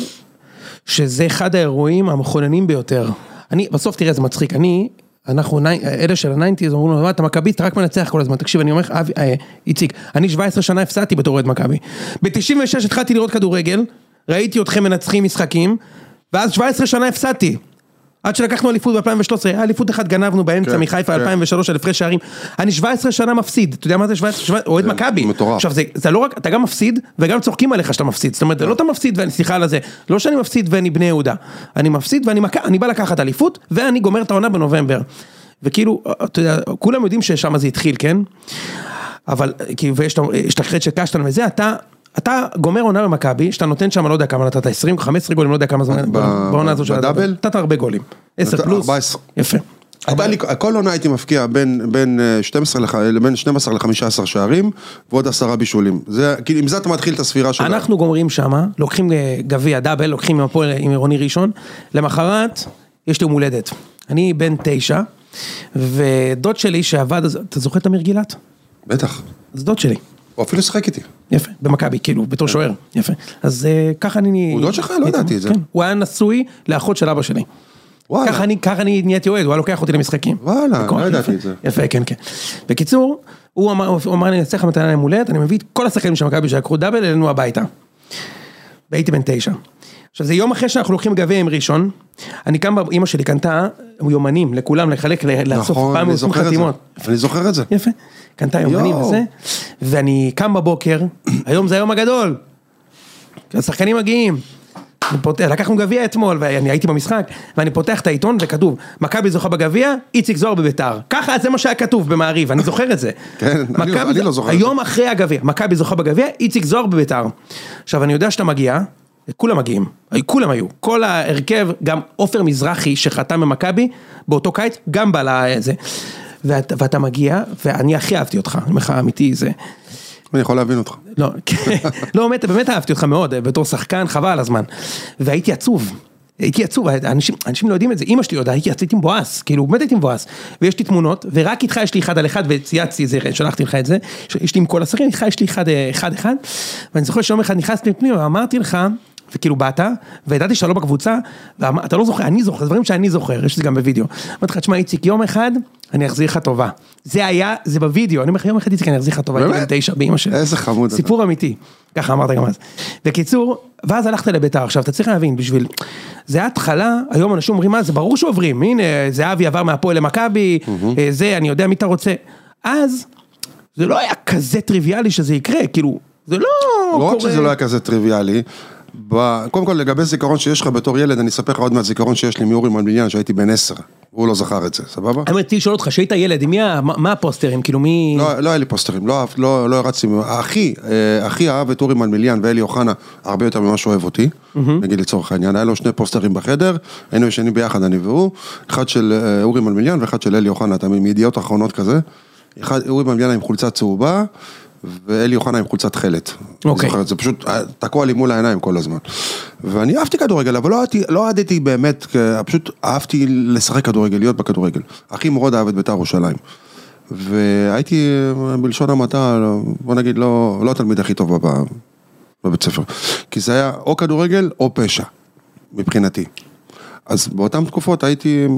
שזה אחד האירועים המכוננים ביותר. אני, בסוף תראה, זה מצחיק, אני, אנחנו, אלה של הניינטיז, אומרים לו, אתה מכביסט, רק מנצח כל הזמן, תקשיב, אני אומר, איציק, אני שבע עשרה שנה הפסדתי בתור אוהד מכבי. ב-תשעים ושש התחלתי לראות כדורגל, ראיתי אתכם מנצחים משחקים, ואז שבע עשרה שנה הפסדתי. עד שלקחנו אליפות ב-אלפיים ושלוש עשרה, אליפות אחד גנבנו באמצע מחיפה אלפיים ושלוש על הפרש שערים, אני שבע עשרה שנה מפסיד, אתה יודע מה זה שבע עשרה, אוהד מכבי, עכשיו זה לא רק, אתה גם מפסיד וגם צוחקים עליך שאתה מפסיד, זאת אומרת, זה לא אתה מפסיד ואני סליחה על זה, לא שאני מפסיד ואני בני יהודה, אני מפסיד ואני בא לקחת אליפות, ואני גומר את העונה בנובמבר, וכאילו, אתה יודע, כולם יודעים ששם זה התחיל, כן? אבל, ויש את החטא של קשטן וזה, אתה אתה גומר עונה במכבי, שאתה נותן שם, לא יודע כמה נתת, עשרים, חמש עשרה גולים, לא יודע כמה זמן, בעונה הזו של בדאבל? נתת הרבה גולים, עשר פלוס, ארבע עשרה. יפה. כל עונה הייתי מפקיע בין שתים עשרה ל-חמישה עשר שערים, ועוד עשרה בישולים. עם זה אתה מתחיל את הספירה שלנו. אנחנו גומרים שם, לוקחים גביע דאבל, לוקחים עם רוני ראשון, למחרת יש לי יום הולדת. אני בן תשע, ודוד שלי שעבד, אתה זוכר את אמיר גילת? בטח. זה דוד שלי. הוא אפילו שחק איתי. יפה, במכבי, כאילו, בתור שוער. יפה. אז ככה אני... הוא דוד שלך? לא ידעתי את זה. כן, הוא היה נשוי לאחות של אבא שלי. וואלה. ככה אני, ככה אני נהייתי אוהד, הוא היה לוקח אותי למשחקים. וואלה, לא ידעתי את זה. יפה, כן, כן. בקיצור, הוא אמר, הוא אמר לי, נצטרך מתנה להם הולדת, אני מביא את כל השחקנים של מכבי שלקחו דאבל, אלינו הביתה. והייתי בן תשע. עכשיו, זה יום אחרי שאנחנו לוקחים גביע עם ראשון, אני קם, אמא שלי קנתה יומנים לכולם, לחלק, לאסוף פעם ועושים חתימות. אני זוכר את זה. יפה. קנתה יומנים וזה, ואני קם בבוקר, היום זה היום הגדול, השחקנים מגיעים, לקחנו גביע אתמול, ואני הייתי במשחק, ואני פותח את העיתון, וכתוב, מכבי זוכה בגביע, איציק זוהר בביתר. ככה זה מה שהיה כתוב במעריב, אני זוכר את זה. כן, אני לא זוכר את זה. היום אחרי הגביע, מכבי זוכה בגביע, איציק זוהר בביתר. עכשיו, אני יודע שאתה מגיע, כולם מגיעים, כולם היו, כל ההרכב, גם עופר מזרחי שחתם במכבי, באותו קיץ, גם בא לזה. ואתה מגיע, ואני הכי אהבתי אותך, אני אומר לך, אמיתי, זה... אני יכול להבין אותך. לא, לא, באמת אהבתי אותך מאוד, בתור שחקן, חבל על הזמן. והייתי עצוב, הייתי עצוב, אנשים, אנשים לא יודעים את זה, אמא שלי יודעה, הייתי עם בועס, כאילו, באמת הייתי עם בועס, ויש לי תמונות, ורק איתך יש לי אחד על אחד, וצייצתי את זה, שלחתי לך את זה, יש לי עם כל השחקנים, איתך יש לי אחד, אחד, אחד, ואני זוכר שיום אחד נכנסתי לפנים, ואמרתי לך, וכאילו באת, וידעתי שאתה לא בקבוצה, ואתה לא זוכר, אני זוכר, זה דברים שאני זוכר, יש את זה גם בווידאו. אמרתי לך, תשמע, איציק, יום אחד, אני אחזיר לך טובה. זה היה, זה בווידאו, אני אומר לך, יום אחד איציק, אני אחזיר לך טובה, הייתי בן תשע באמא שלי. איזה חמוד. סיפור אמיתי, ככה אמרת גם אז. בקיצור, ואז הלכת לביתר, עכשיו, אתה צריך להבין, בשביל, זה התחלה, היום אנשים אומרים, מה, זה ברור שעוברים, הנה, זהבי עבר מהפועל למכבי, זה, אני יודע מי אתה רוצה. אז, זה לא היה כזה טריוויאלי שזה יקרה, כאילו, זה לא לא רק שזה לא היה כזה טריוויאלי, קודם כל לגבי זיכרון שיש לך בתור ילד, אני אספר לך עוד מעט זיכרון שיש לי מאורי מלמיליאן שהייתי בן עשר, הוא לא זכר את זה, סבבה? אני רציתי לשאול אותך, שהיית ילד, מה הפוסטרים, כאילו מי... לא היה לי פוסטרים, לא הרצתי, אחי, אחי אהב את אורי מלמיליאן ואלי אוחנה הרבה יותר ממה שהוא אוהב אותי, נגיד לצורך העניין, היה לו שני פוסטרים בחדר, היינו ישנים ביחד אני והוא, אחד של אורי מלמיליאן ואחד של אלי אוחנה, אתה מידיעות אחרונות כזה, אורי מלמיליאן עם חולצה צהובה, ואלי אוחנה עם חולצת חלת. אוקיי. זה פשוט תקוע לי מול העיניים כל הזמן. ואני אהבתי כדורגל, אבל לא אהדתי באמת, פשוט אהבתי לשחק כדורגל, להיות בכדורגל. אחי מאוד אהב את בית"ר ירושלים. והייתי בלשון המעטה, בוא נגיד, לא, לא התלמיד הכי טוב בבית ספר. כי זה היה או כדורגל או פשע, מבחינתי. אז באותן תקופות הייתי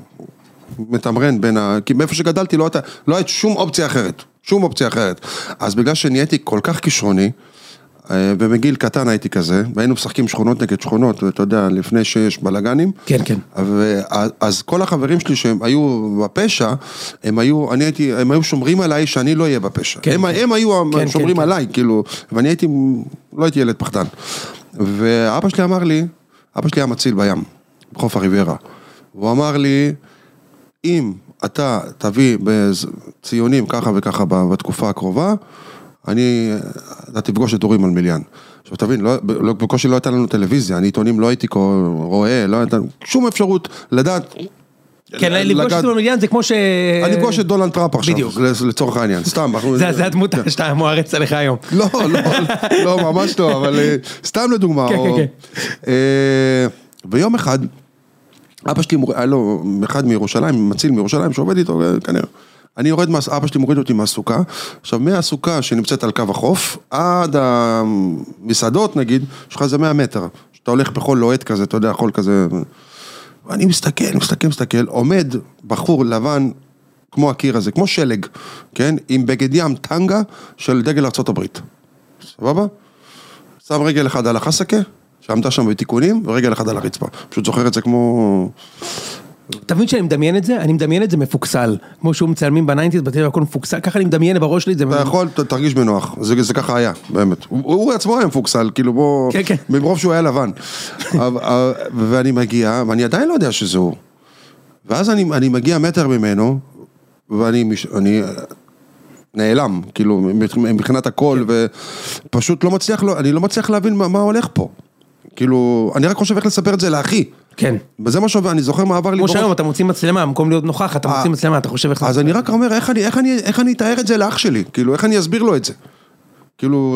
מתמרן בין ה... כי מאיפה שגדלתי לא הייתה, לא הייתה שום אופציה אחרת. שום אופציה אחרת. אז בגלל שנהייתי כל כך כישרוני, ובגיל קטן הייתי כזה, והיינו משחקים שכונות נגד שכונות, ואתה יודע, לפני שיש בלגנים. כן, כן. אז כל החברים שלי שהם היו בפשע, הם היו, אני הייתי, הם היו שומרים עליי שאני לא אהיה בפשע. הם, הם היו שומרים עליי, כאילו, ואני הייתי, לא הייתי ילד פחדן. ואבא שלי אמר לי, אבא שלי היה מציל בים, בחוף הריביירה. הוא אמר לי, אם אתה תביא בציונים ככה וככה בתקופה הקרובה, אני, אתה תפגוש את אורי מלמיליאן. עכשיו תבין, לא, לא, בקושי לא הייתה לנו טלוויזיה, אני עיתונים לא הייתי רואה, לא הייתה שום אפשרות לדעת. כן, לפגוש את אורי מלמיליאן זה כמו ש... אני לפגוש את דונלד טראמפ עכשיו, לצורך העניין, סתם. זה הדמות שאתה מוערץ עליך היום. לא, לא, לא, ממש לא, אבל סתם לדוגמה. כן, כן, כן. ויום אחד, אבא שלי, היה לו אחד מירושלים, מציל מירושלים, שעובד איתו כנראה. אני יורד, אבא שלי מוריד אותי מהסוכה, עכשיו מהסוכה שנמצאת על קו החוף, עד המסעדות נגיד, יש לך איזה מאה מטר, שאתה הולך בכל לוהט כזה, אתה יודע, חול כזה, ואני מסתכל, מסתכל, מסתכל, עומד בחור לבן, כמו הקיר הזה, כמו שלג, כן, עם בגד ים טנגה של דגל ארצות הברית, סבבה? שם רגל אחד על החסקה, שעמדה שם בתיקונים, ורגל אחד על הרצפה. פשוט זוכר את זה כמו... אתה מבין שאני מדמיין את זה? אני מדמיין את זה מפוקסל. כמו שהוא מצלמים בניינטיז, בטבע הכל מפוקסל, ככה אני מדמיין בראש שלי את זה. אתה יכול, תרגיש בנוח. זה, זה ככה היה, באמת. הוא, הוא עצמו היה מפוקסל, כאילו בוא... כן, כן. מברוב שהוא היה לבן. ואני מגיע, ואני עדיין לא יודע שזה הוא. ואז אני, אני מגיע מטר ממנו, ואני אני, נעלם, כאילו, מבחינת הכל, ופשוט לא מצליח, אני לא מצליח להבין מה, מה הולך פה. כאילו, אני רק חושב איך לספר את זה לאחי. כן. וזה מה שווה, אני זוכר מה עבר לי בראש. כמו שהיום, בראש. אתה מוציא מצלמה, במקום להיות נוכח, אתה מוציא מצלמה, אתה חושב איך... אז אני רק אומר, איך אני, איך אני, איך אני אתאר את זה לאח שלי? כאילו, איך אני אסביר לו את זה? כאילו,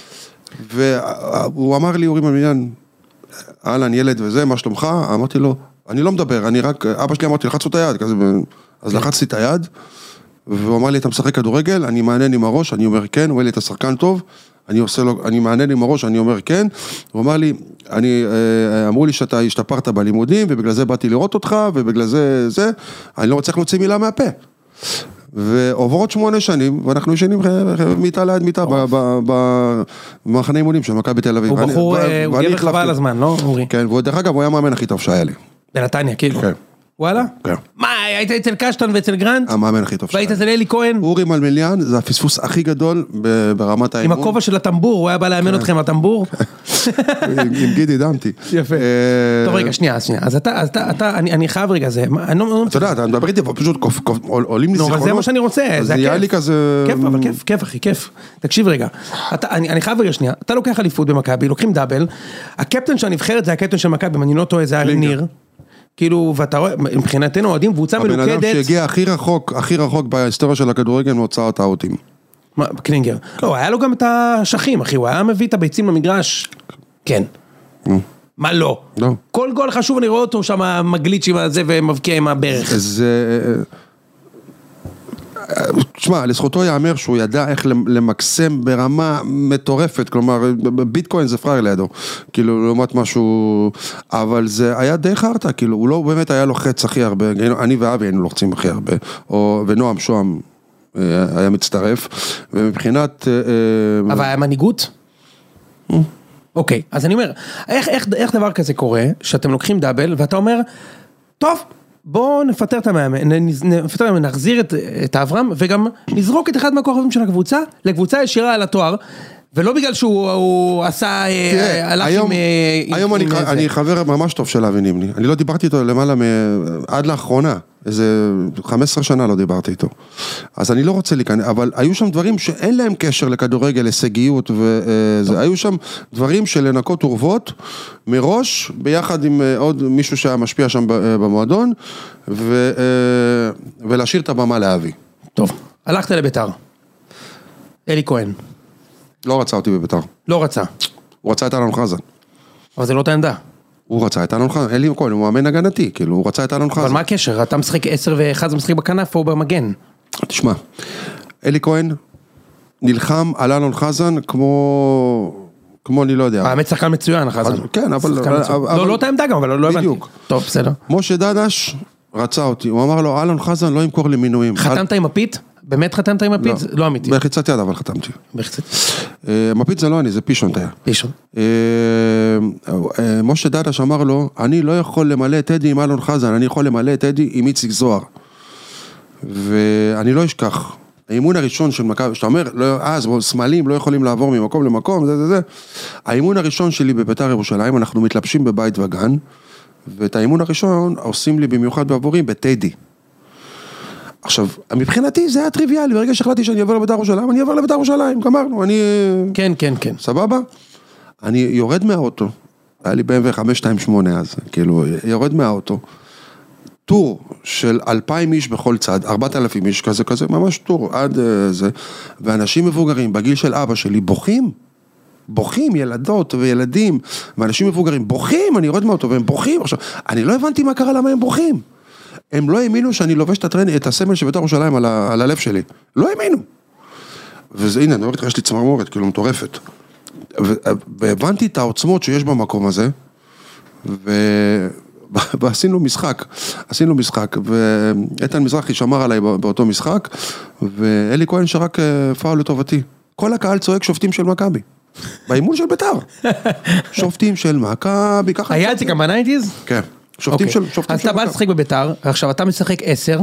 והוא אמר לי, אורי מלמיליאן, אהלן, ילד וזה, מה שלומך? אמרתי לו, אני לא מדבר, אני רק, אבא שלי אמרתי, לחצו את היד, כזה, אז לחצתי את היד, והוא אמר לי, אתה משחק כדורגל? אני מעניין עם הראש, אני אומר כן, הוא אומר לי, אתה שחקן טוב, אני עושה לו, אני מעניין עם הראש, אני אומר כן, הוא אמר לי, אני, אמרו לי שאתה השתפרת בלימודים, ובגלל זה באתי לראות אותך, ובגלל זה, זה, אני לא מצליח להוציא מילה מהפה. ועוברות שמונה שנים, ואנחנו ישנים מיטה ליד מיטה, במחנה אימונים של מכבי תל אביב. הוא בחור, הוא גבר חבל הזמן, לא, אורי? כן, ודרך אגב, הוא היה מאמן הכי טוב שהיה לי. בנתניה, כאילו. כן. וואלה? כן. מה, היית אצל קשטן ואצל גרנט? המאמן הכי טוב שלהם. והיית אצל אלי כהן? אורי מלמיליאן, זה הפספוס הכי גדול ברמת האימון. עם הכובע של הטמבור, הוא היה בא לאמן אתכם הטמבור? עם גידי דמתי. יפה. טוב רגע, שנייה, שנייה. אז אתה, אתה, אני חייב רגע, זה, אתה יודע, אתה מדבר איתי, פשוט עולים לי זיכרונות. זה מה שאני רוצה, זה היה לי כזה... כיף, אבל כיף, כיף אחי, כיף. תקשיב רגע, אני חייב רגע שנייה, אתה לוקח אליפות במכבי, לוקחים דאבל, הקפטן של הנבחרת זה הקפטן של מכבי, אני לא טועה, זה היה ניר. כאילו, ואתה רואה, מבחינתנו אוהדים קבוצה מלוכדת. הבן אדם שהגיע הכי רחוק, הכי רחוק בהיסטוריה של הכדורגל מהוצאת האוטים. מה, קלינגר? לא, היה לו גם את השכים, אחי, הוא היה מביא את הביצים למגרש. כן. מה לא? לא. כל גול חשוב, אני רואה אותו שם מגליץ' עם הזה ומבקיע עם הברך. זה... תשמע, לזכותו יאמר שהוא ידע איך למקסם ברמה מטורפת, כלומר, ביטקוין זה פראייר לידו, כאילו, לעומת משהו, אבל זה היה די חרטה, כאילו, הוא לא באמת היה לוחץ הכי הרבה, אני ואבי היינו לוחצים הכי הרבה, ונועם שוהם היה מצטרף, ומבחינת... אבל היה מנהיגות? אוקיי, אז אני אומר, איך דבר כזה קורה, שאתם לוקחים דאבל, ואתה אומר, טוב, בואו נפטר את המאמן, נפטר המאמן, נחזיר את, את אברהם, וגם נזרוק את אחד מהכוכבים של הקבוצה, לקבוצה ישירה על התואר, ולא בגלל שהוא עשה, הלך עם... היום אני חבר ממש טוב של אבי נימני, אני לא דיברתי איתו למעלה עד לאחרונה, איזה חמש עשרה שנה לא דיברתי איתו, אז אני לא רוצה להיכנס, אבל היו שם דברים שאין להם קשר לכדורגל, הישגיות, והיו שם דברים של לנקות עורבות, מראש, ביחד עם עוד מישהו שהיה משפיע שם במועדון, ולהשאיר את הבמה לאבי. טוב, הלכת לביתר, אלי כהן. לא רצה אותי בביתר. לא רצה. הוא רצה את אלון חזן. אבל זה לא את העמדה. הוא רצה את אלון חזן, אלי כהן, הוא מאמן הגנתי, כאילו, הוא רצה את אלון חזן. אבל מה הקשר? אתה משחק עשר ואחד, זה משחק בכנף או במגן? תשמע, אלי כהן נלחם על אלון חזן כמו... כמו אני לא יודע. האמת שחקן מצוין, חזן. כן, אבל... לא, לא את העמדה גם, אבל לא הבנתי. בדיוק. טוב, בסדר. משה דדש רצה אותי, הוא אמר לו, אלון חזן לא ימכור לי מינויים. חתמת עם הפית? באמת חתמת עם מפית? לא, לא אמיתי. בחיצת יד, אבל חתמתי. בחיצת יד. מפית זה לא אני, זה פישון תהיה. פישון. משה דדש אמר לו, אני לא יכול למלא את טדי עם אלון חזן, אני יכול למלא את טדי עם איציק זוהר. ואני לא אשכח. האימון הראשון של מכבי, שאתה אומר, אז סמלים לא יכולים לעבור ממקום למקום, זה זה זה. האימון הראשון שלי בביתר ירושלים, אנחנו מתלבשים בבית וגן, ואת האימון הראשון עושים לי במיוחד בעבורי בטדי. עכשיו, מבחינתי זה היה טריוויאלי, ברגע שהחלטתי שאני עובר לביתר ירושלים, אני עובר לביתר ירושלים, גמרנו, אני... כן, כן, כן. סבבה? אני יורד מהאוטו, היה לי ב-אם דאבליו חמש שתיים שמונה אז, כאילו, יורד מהאוטו, טור של אלפיים איש בכל צד, ארבעת אלפים איש, כזה כזה, ממש טור, עד זה, ואנשים מבוגרים, בגיל של אבא שלי, בוכים, בוכים, ילדות וילדים, ואנשים מבוגרים, בוכים, אני יורד מהאוטו, והם בוכים, עכשיו, אני לא הבנתי מה קרה, למה הם בוכים. הם לא האמינו שאני לובש את הטרנד, את הסמל של בית"ר ירושלים על, ה, על הלב שלי. לא האמינו. וזה, הנה, אני אומר לך, יש לי צמרמורת, כאילו מטורפת. ו, והבנתי את העוצמות שיש במקום הזה, ו, ועשינו משחק, עשינו משחק, ואיתן מזרחי שמר עליי באותו משחק, ואלי כהן שרק פאול לטובתי. כל הקהל צועק שופטים של מכבי. באימון של בית"ר. שופטים של מכבי, ככה. היה את זה גם בניינטיז? כן. שופטים של, שופטים אז אתה בא לשחק בביתר, עכשיו אתה משחק עשר,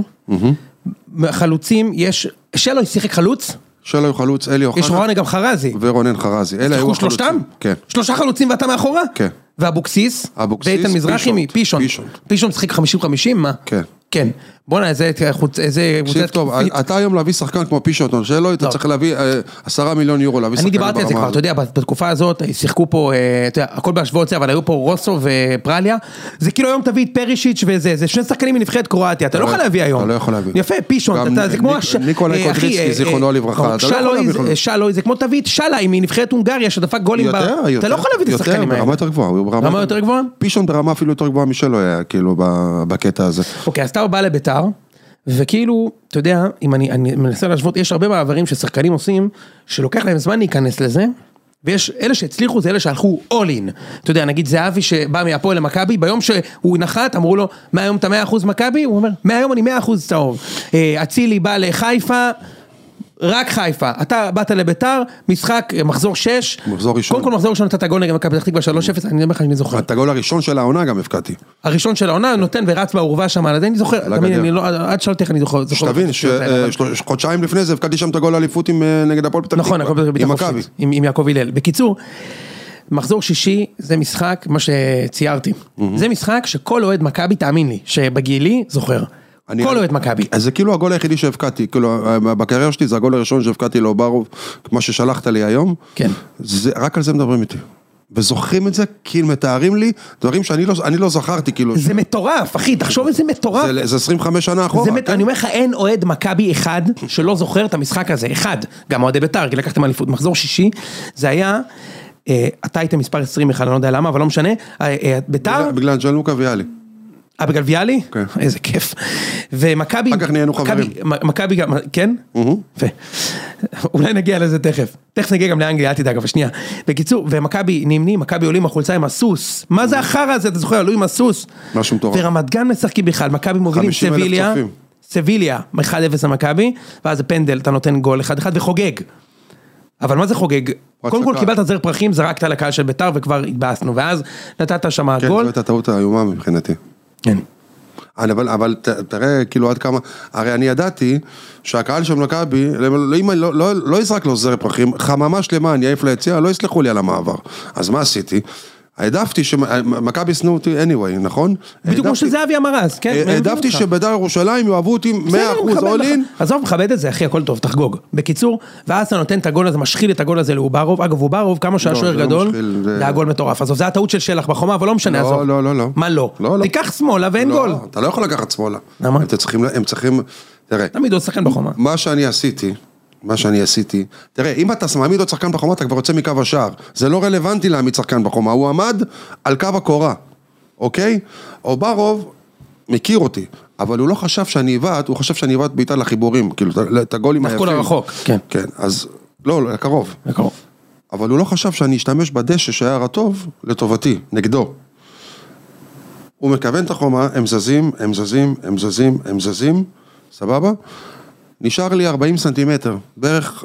חלוצים, יש, שלו ישחק חלוץ? שלו חלוץ, אלי אוחנה. יש רונן גם חרזי. ורונן חרזי. שחקו שלושתם? כן. שלושה חלוצים ואתה מאחורה? כן. ואבוקסיס? אבוקסיס, ואיתן מזרחי מפישון. פישון משחק חמישים חמישים, מה? כן. כן. בוא'נה, איזה... תקשיב טוב, אתה היום להביא שחקן כמו פישון, שלא, אתה צריך להביא עשרה מיליון יורו להביא שחקן ברמה. אני דיברתי על זה כבר, אתה יודע, בתקופה הזאת, שיחקו פה, אתה יודע, הכל בהשוות זה, אבל היו פה רוסו ופרליה, זה כאילו היום תביא את פרישיץ' וזה, זה שני שחקנים מנבחרת קרואטיה, אתה לא יכול להביא היום. אתה לא יכול להביא. יפה, פישון, זה כמו... ניקולאי קודריצקי, זיכרונו לברכה, אתה לא יכול להביא. שלוי, זה כמו תביא את שלה, מנבחרת הונגריה, שדפק גולים בה. אתה לא יכול להביא את השחקנים האלה. ברמה יותר גבוהה, ברמה יותר גבוהה? פישון ברמה אפילו יותר גבוהה משלו היה, כאילו, בקטע הזה. אוקיי, אז אתה בא לביתר, וכאילו, אתה יודע, אם אני, אני מנסה להשוות, יש הרבה מעברים ששחקנים עושים, שלוקח להם זמן להיכנס לזה, ויש אלה שהצליחו, זה אלה שהלכו all in. אתה יודע, נגיד זהבי שבא מהפועל למכבי, ביום שהוא נחת, אמרו לו, מהיום אתה מאה אחוז מכבי? הוא אומר, מהיום אני מאה אחוז צהוב. אצילי בא לחיפה, רק חיפה, אתה באת לביתר, משחק, מחזור שש, מחזור ראשון. קודם כל מחזור ראשון, אתה גול נגד מכבי פתח תקווה שלוש אפס, אני אומר לך, אני זוכר. את הגול הראשון של העונה גם הפקעתי. הראשון של העונה, נותן ורץ בעורבה שם, אני זוכר, עד שאלתי איך אני זוכר. שתבין, שחודשיים לפני זה, הפקעתי שם את הגול האליפות נגד הפועל פתח תקווה. נכון, עם מכבי. עם יעקב הלל. בקיצור, מחזור שישי, זה משחק, מה שציירתי. זה משחק שכל אוהד מכבי, תאמין לי, שבגילי זוכר. כל אוהד מכבי. אז זה כאילו הגול היחידי שהפקעתי, כאילו, בקריירה שלי זה הגול הראשון שהפקעתי לאוברוב, כמו ששלחת לי היום. כן. רק על זה מדברים איתי. וזוכרים את זה, כאילו מתארים לי, דברים שאני לא, אני לא זכרתי, כאילו. זה מטורף, אחי, תחשוב איזה מטורף. זה, זה עשרים וחמש שנה אחורה. זה, כן? אני אומר לך, אין אוהד מכבי אחד שלא זוכר את המשחק הזה, אחד. גם אוהדי ביתר, כי לקחתם אליפות, מחזור שישי, זה היה, אה, אתה היית מספר עשרים אחד, אני לא יודע למה, אבל לא משנה, אה, אה, ביתר... בגלל, בגלל ג'אנלוקה ויאלי. אה, בגלל ויאלי? כן. איזה כיף. ומכבי... אחר כך נהיינו חברים. מכבי גם, כן? ו... אולי נגיע לזה תכף. תכף נגיע גם לאנגליה, אל תדאג, אבל שנייה. בקיצור, ומכבי נמנים, מכבי עולים החולצה עם הסוס. מה זה אחר הזה? אתה זוכר, עלו עם הסוס. משהו מטורף. ורמת גן משחקים בכלל, מכבי מובילים סביליה. סביליה, אחד אפס המכבי, ואז הפנדל, אתה נותן גול אחד אחד וחוגג. אבל מה זה חוגג? קודם כל קיבלת זר פרחים, זרקת לקהל של ביתר וכבר התבאסנו, ואז נתת שם גול. כן, זאת הטעות האיומה מבחינתי. כן. אבל, אבל ת, תראה, כאילו עד כמה, הרי אני ידעתי שהקהל של מכבי, אם לא, לא, לא יזרק לו זר פרחים, חממה שלמה, אני אעיף ליציאה, לא יסלחו לי על המעבר. אז מה עשיתי? העדפתי שמכבי שנאו אותי anyway, נכון? בדיוק כמו שזה אבי אמר אז, כן? העדפתי שבדר ירושלים יאהבו אותי מאה אחוז אולין. עזוב, מכבד את זה, אחי, הכל טוב, תחגוג. בקיצור, ואז אתה נותן את הגול הזה, משחיל את הגול הזה לאוברוב, אגב, אוברוב, כמה שהיה שוער גדול, זה היה גול מטורף. עזוב, זה הטעות של שלח בחומה, אבל לא משנה, עזוב. לא, לא, לא. מה לא? תיקח שמאלה ואין גול. אתה לא יכול לקחת שמאלה. למה? הם צריכים, תראה. תמיד עוד שחקן בחומה. מה שאני עשיתי, מה שאני עשיתי, תראה, אם אתה מעמיד עוד שחקן בחומה, אתה כבר יוצא מקו השער. זה לא רלוונטי להעמיד שחקן בחומה, הוא עמד על קו הקורה, אוקיי? אוברוב מכיר אותי, אבל הוא לא חשב שאני עיוות, הוא חשב שאני עיוות בעיטה לחיבורים, כאילו, את הגולים היפים. דווקא לרחוק, כן. כן, אז, לא, לא, לקרוב. לקרוב. אבל הוא לא חשב שאני אשתמש בדשא שהיה רטוב לטובתי, נגדו. הוא מכוון את החומה, הם זזים, הם זזים, הם זזים, הם זזים, סבבה? נשאר לי ארבעים סנטימטר, בערך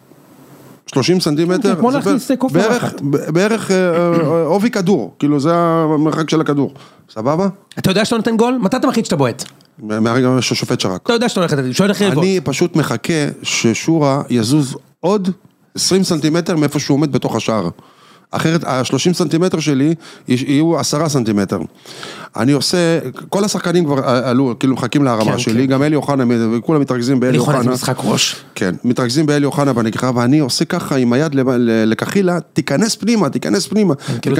שלושים סנטימטר, כמו להכניס קוף מרחת. בערך אובי כדור, כאילו זה המרחק של הכדור, סבבה? אתה יודע שאתה נותן גול? מתי אתה מחליט שאתה בועט? מהרגע ששופט שרק. אתה יודע שאתה הולך לתת, שואל איך לבעוט. אני פשוט מחכה ששורה יזוז עוד עשרים סנטימטר מאיפה שהוא עומד בתוך השער. אחרת, ה-שלושים סנטימטר שלי יהיו עשרה סנטימטר. אני עושה, כל השחקנים כבר עלו, כאילו מחכים להרמה שלי, גם אלי אוחנה, וכולם מתרכזים באלי אוחנה. זה משחק ראש. כן, מתרכזים באלי אוחנה בנקרה, ואני עושה ככה עם היד לקחילה, תיכנס פנימה, תיכנס פנימה.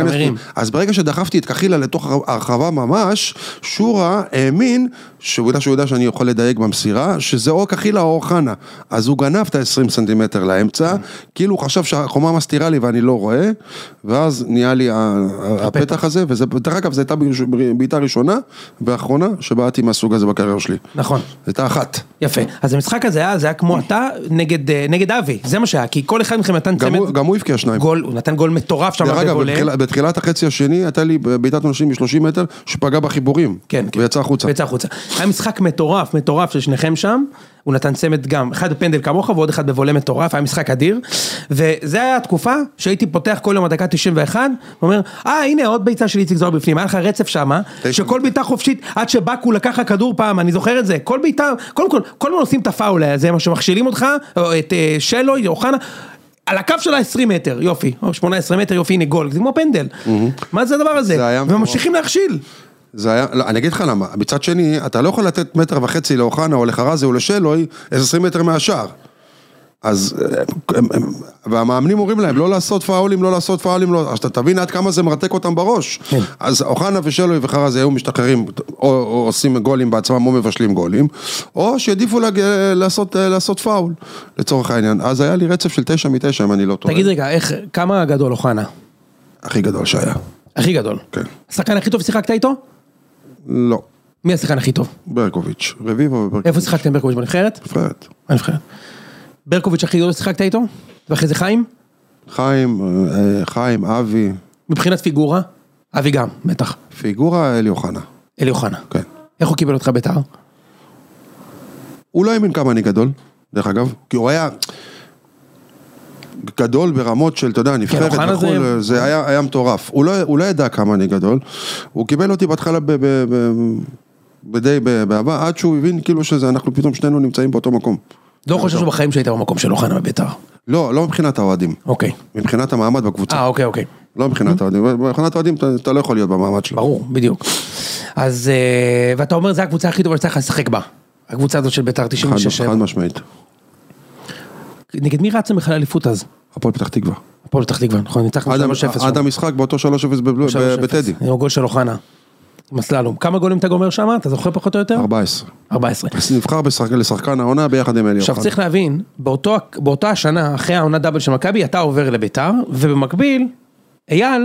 אז ברגע שדחפתי את קחילה לתוך הרחבה ממש, שורה האמין, שהוא יודע שהוא יודע שאני יכול לדייק במסירה, שזה או קחילה או אוחנה. אז הוא גנב את ה-עשרים סנטימטר לאמצע, כאילו הוא חשב שהחומה מסתירה לי ואני לא רואה, ואז נהיה לי הפתח הזה, וזה, דרך אגב, זו הייתה בעיטה ראשונה, ואחרונה, שבאתי מהסוג הזה בקריירה שלי. נכון. זו הייתה אחת. יפה. אז המשחק הזה היה, זה היה כמו אתה, נגד, נגד אבי, זה מה שהיה, כי כל אחד מכם נתן צמד... גם הוא הבקיע שניים. גול, הוא נתן גול מטורף שם. דרך אגב, בתחילה, בתחילת החצי השני, הייתה לי בעיטת אנשים מ-שלושים מטר, שפגע בחיבורים. כן. ויצא החוצה. ויצא החוצה. היה משחק מטורף, מטורף של שניכם שם, הוא נתן צמד גם, אחד בפנדל כמוך ועוד אחד בבולה מטורף, היה משחק אדיר, וזה היה התקופה שהייתי פותח כל יום הדקה תשעים ואחת, ואומר, אה, הנה עוד ביצה של איציק זוהר בפנים, היה לך רצף שמה, שכל ביצה חופשית, עד שבאקו לקח הכדור פעם, אני זוכר את זה, כל ביצה, קודם כל, כל מה עושים את הפאול, זה מה שמכשילים אותך, את שלוי, אוחנה, על הקו של ה-עשרים מטר, יופי, או שמונה עשרה מטר, יופי, הנה גול, זה כמו פנדל, מה זה הדבר הזה? וממשיכים להכשיל. זה היה, לא, אני אגיד לך למה, מצד שני, אתה לא יכול לתת מטר וחצי לאוחנה או לחרזי או לשלוי, איזה עשרים מטר מהשאר. אז, הם, הם, והמאמנים אומרים להם, לא לעשות פאולים, לא לעשות פאולים, לא, אז אתה תבין עד כמה זה מרתק אותם בראש. כן. אז אוחנה ושלוי וחרזי היו משתחררים, או, או עושים גולים בעצמם, או מבשלים גולים, או שידיפו לה, לעשות, לעשות פאול, לצורך העניין. אז היה לי רצף של תשע מתשע, אם אני לא טועה. תגיד רגע, איך, כמה גדול אוחנה? הכי גדול שהיה. הכי גדול? כן. השחקן הכי טוב שיחקת איתו? לא. מי השחקן הכי טוב? ברקוביץ', רביבו וברקוביץ'. איפה שיחקתם ברקוביץ' בנבחרת? נבחרת. בנבחרת. ברקוביץ' הכי טוב שיחקת איתו? ואחרי זה חיים? חיים, חיים, אבי. מבחינת פיגורה? אבי גם, בטח. פיגורה, אלי אוחנה. אלי אוחנה. כן. איך הוא קיבל אותך בית"ר? הוא לא האמין כמה אני גדול. דרך אגב, כי הוא היה גדול ברמות של, אתה יודע, נבחרת וכו', זה היה, היה מטורף. הוא לא, הוא לא ידע כמה אני גדול, הוא קיבל אותי בהתחלה ב, ב, ב, בדי באהבה, עד שהוא הבין כאילו שזה, אנחנו פתאום שנינו נמצאים באותו מקום. לא חושב שבחיים שהיית במקום של אוחנה בביתר. לא, לא מבחינת האוהדים. אוקיי. מבחינת המעמד בקבוצה. אה, אוקיי, אוקיי. לא מבחינת האוהדים, מבחינת האוהדים אתה לא יכול להיות במעמד שלו. ברור, בדיוק. אז, ואתה אומר, זה הקבוצה הכי טובה שצריך לשחק בה. הקבוצה הזאת של ביתר תשעים ושש. חד משמעית. נגד מי רצתם בכלל אליפות אז? הפועל פתח תקווה. הפועל פתח תקווה, נכון, ניצחנו שלוש אפס. עד המשחק באותו שלוש אפס בטדי. עם הגול של אוחנה. מסללום. כמה גולים אתה גומר שם? אתה זוכר פחות או יותר? ארבע עשרה. ארבע עשרה. נבחר לשחקן העונה ביחד עם אלי אוחנה. עכשיו צריך להבין, באותה השנה, אחרי העונה דאבל של מכבי, אתה עובר לביתר, ובמקביל, אייל,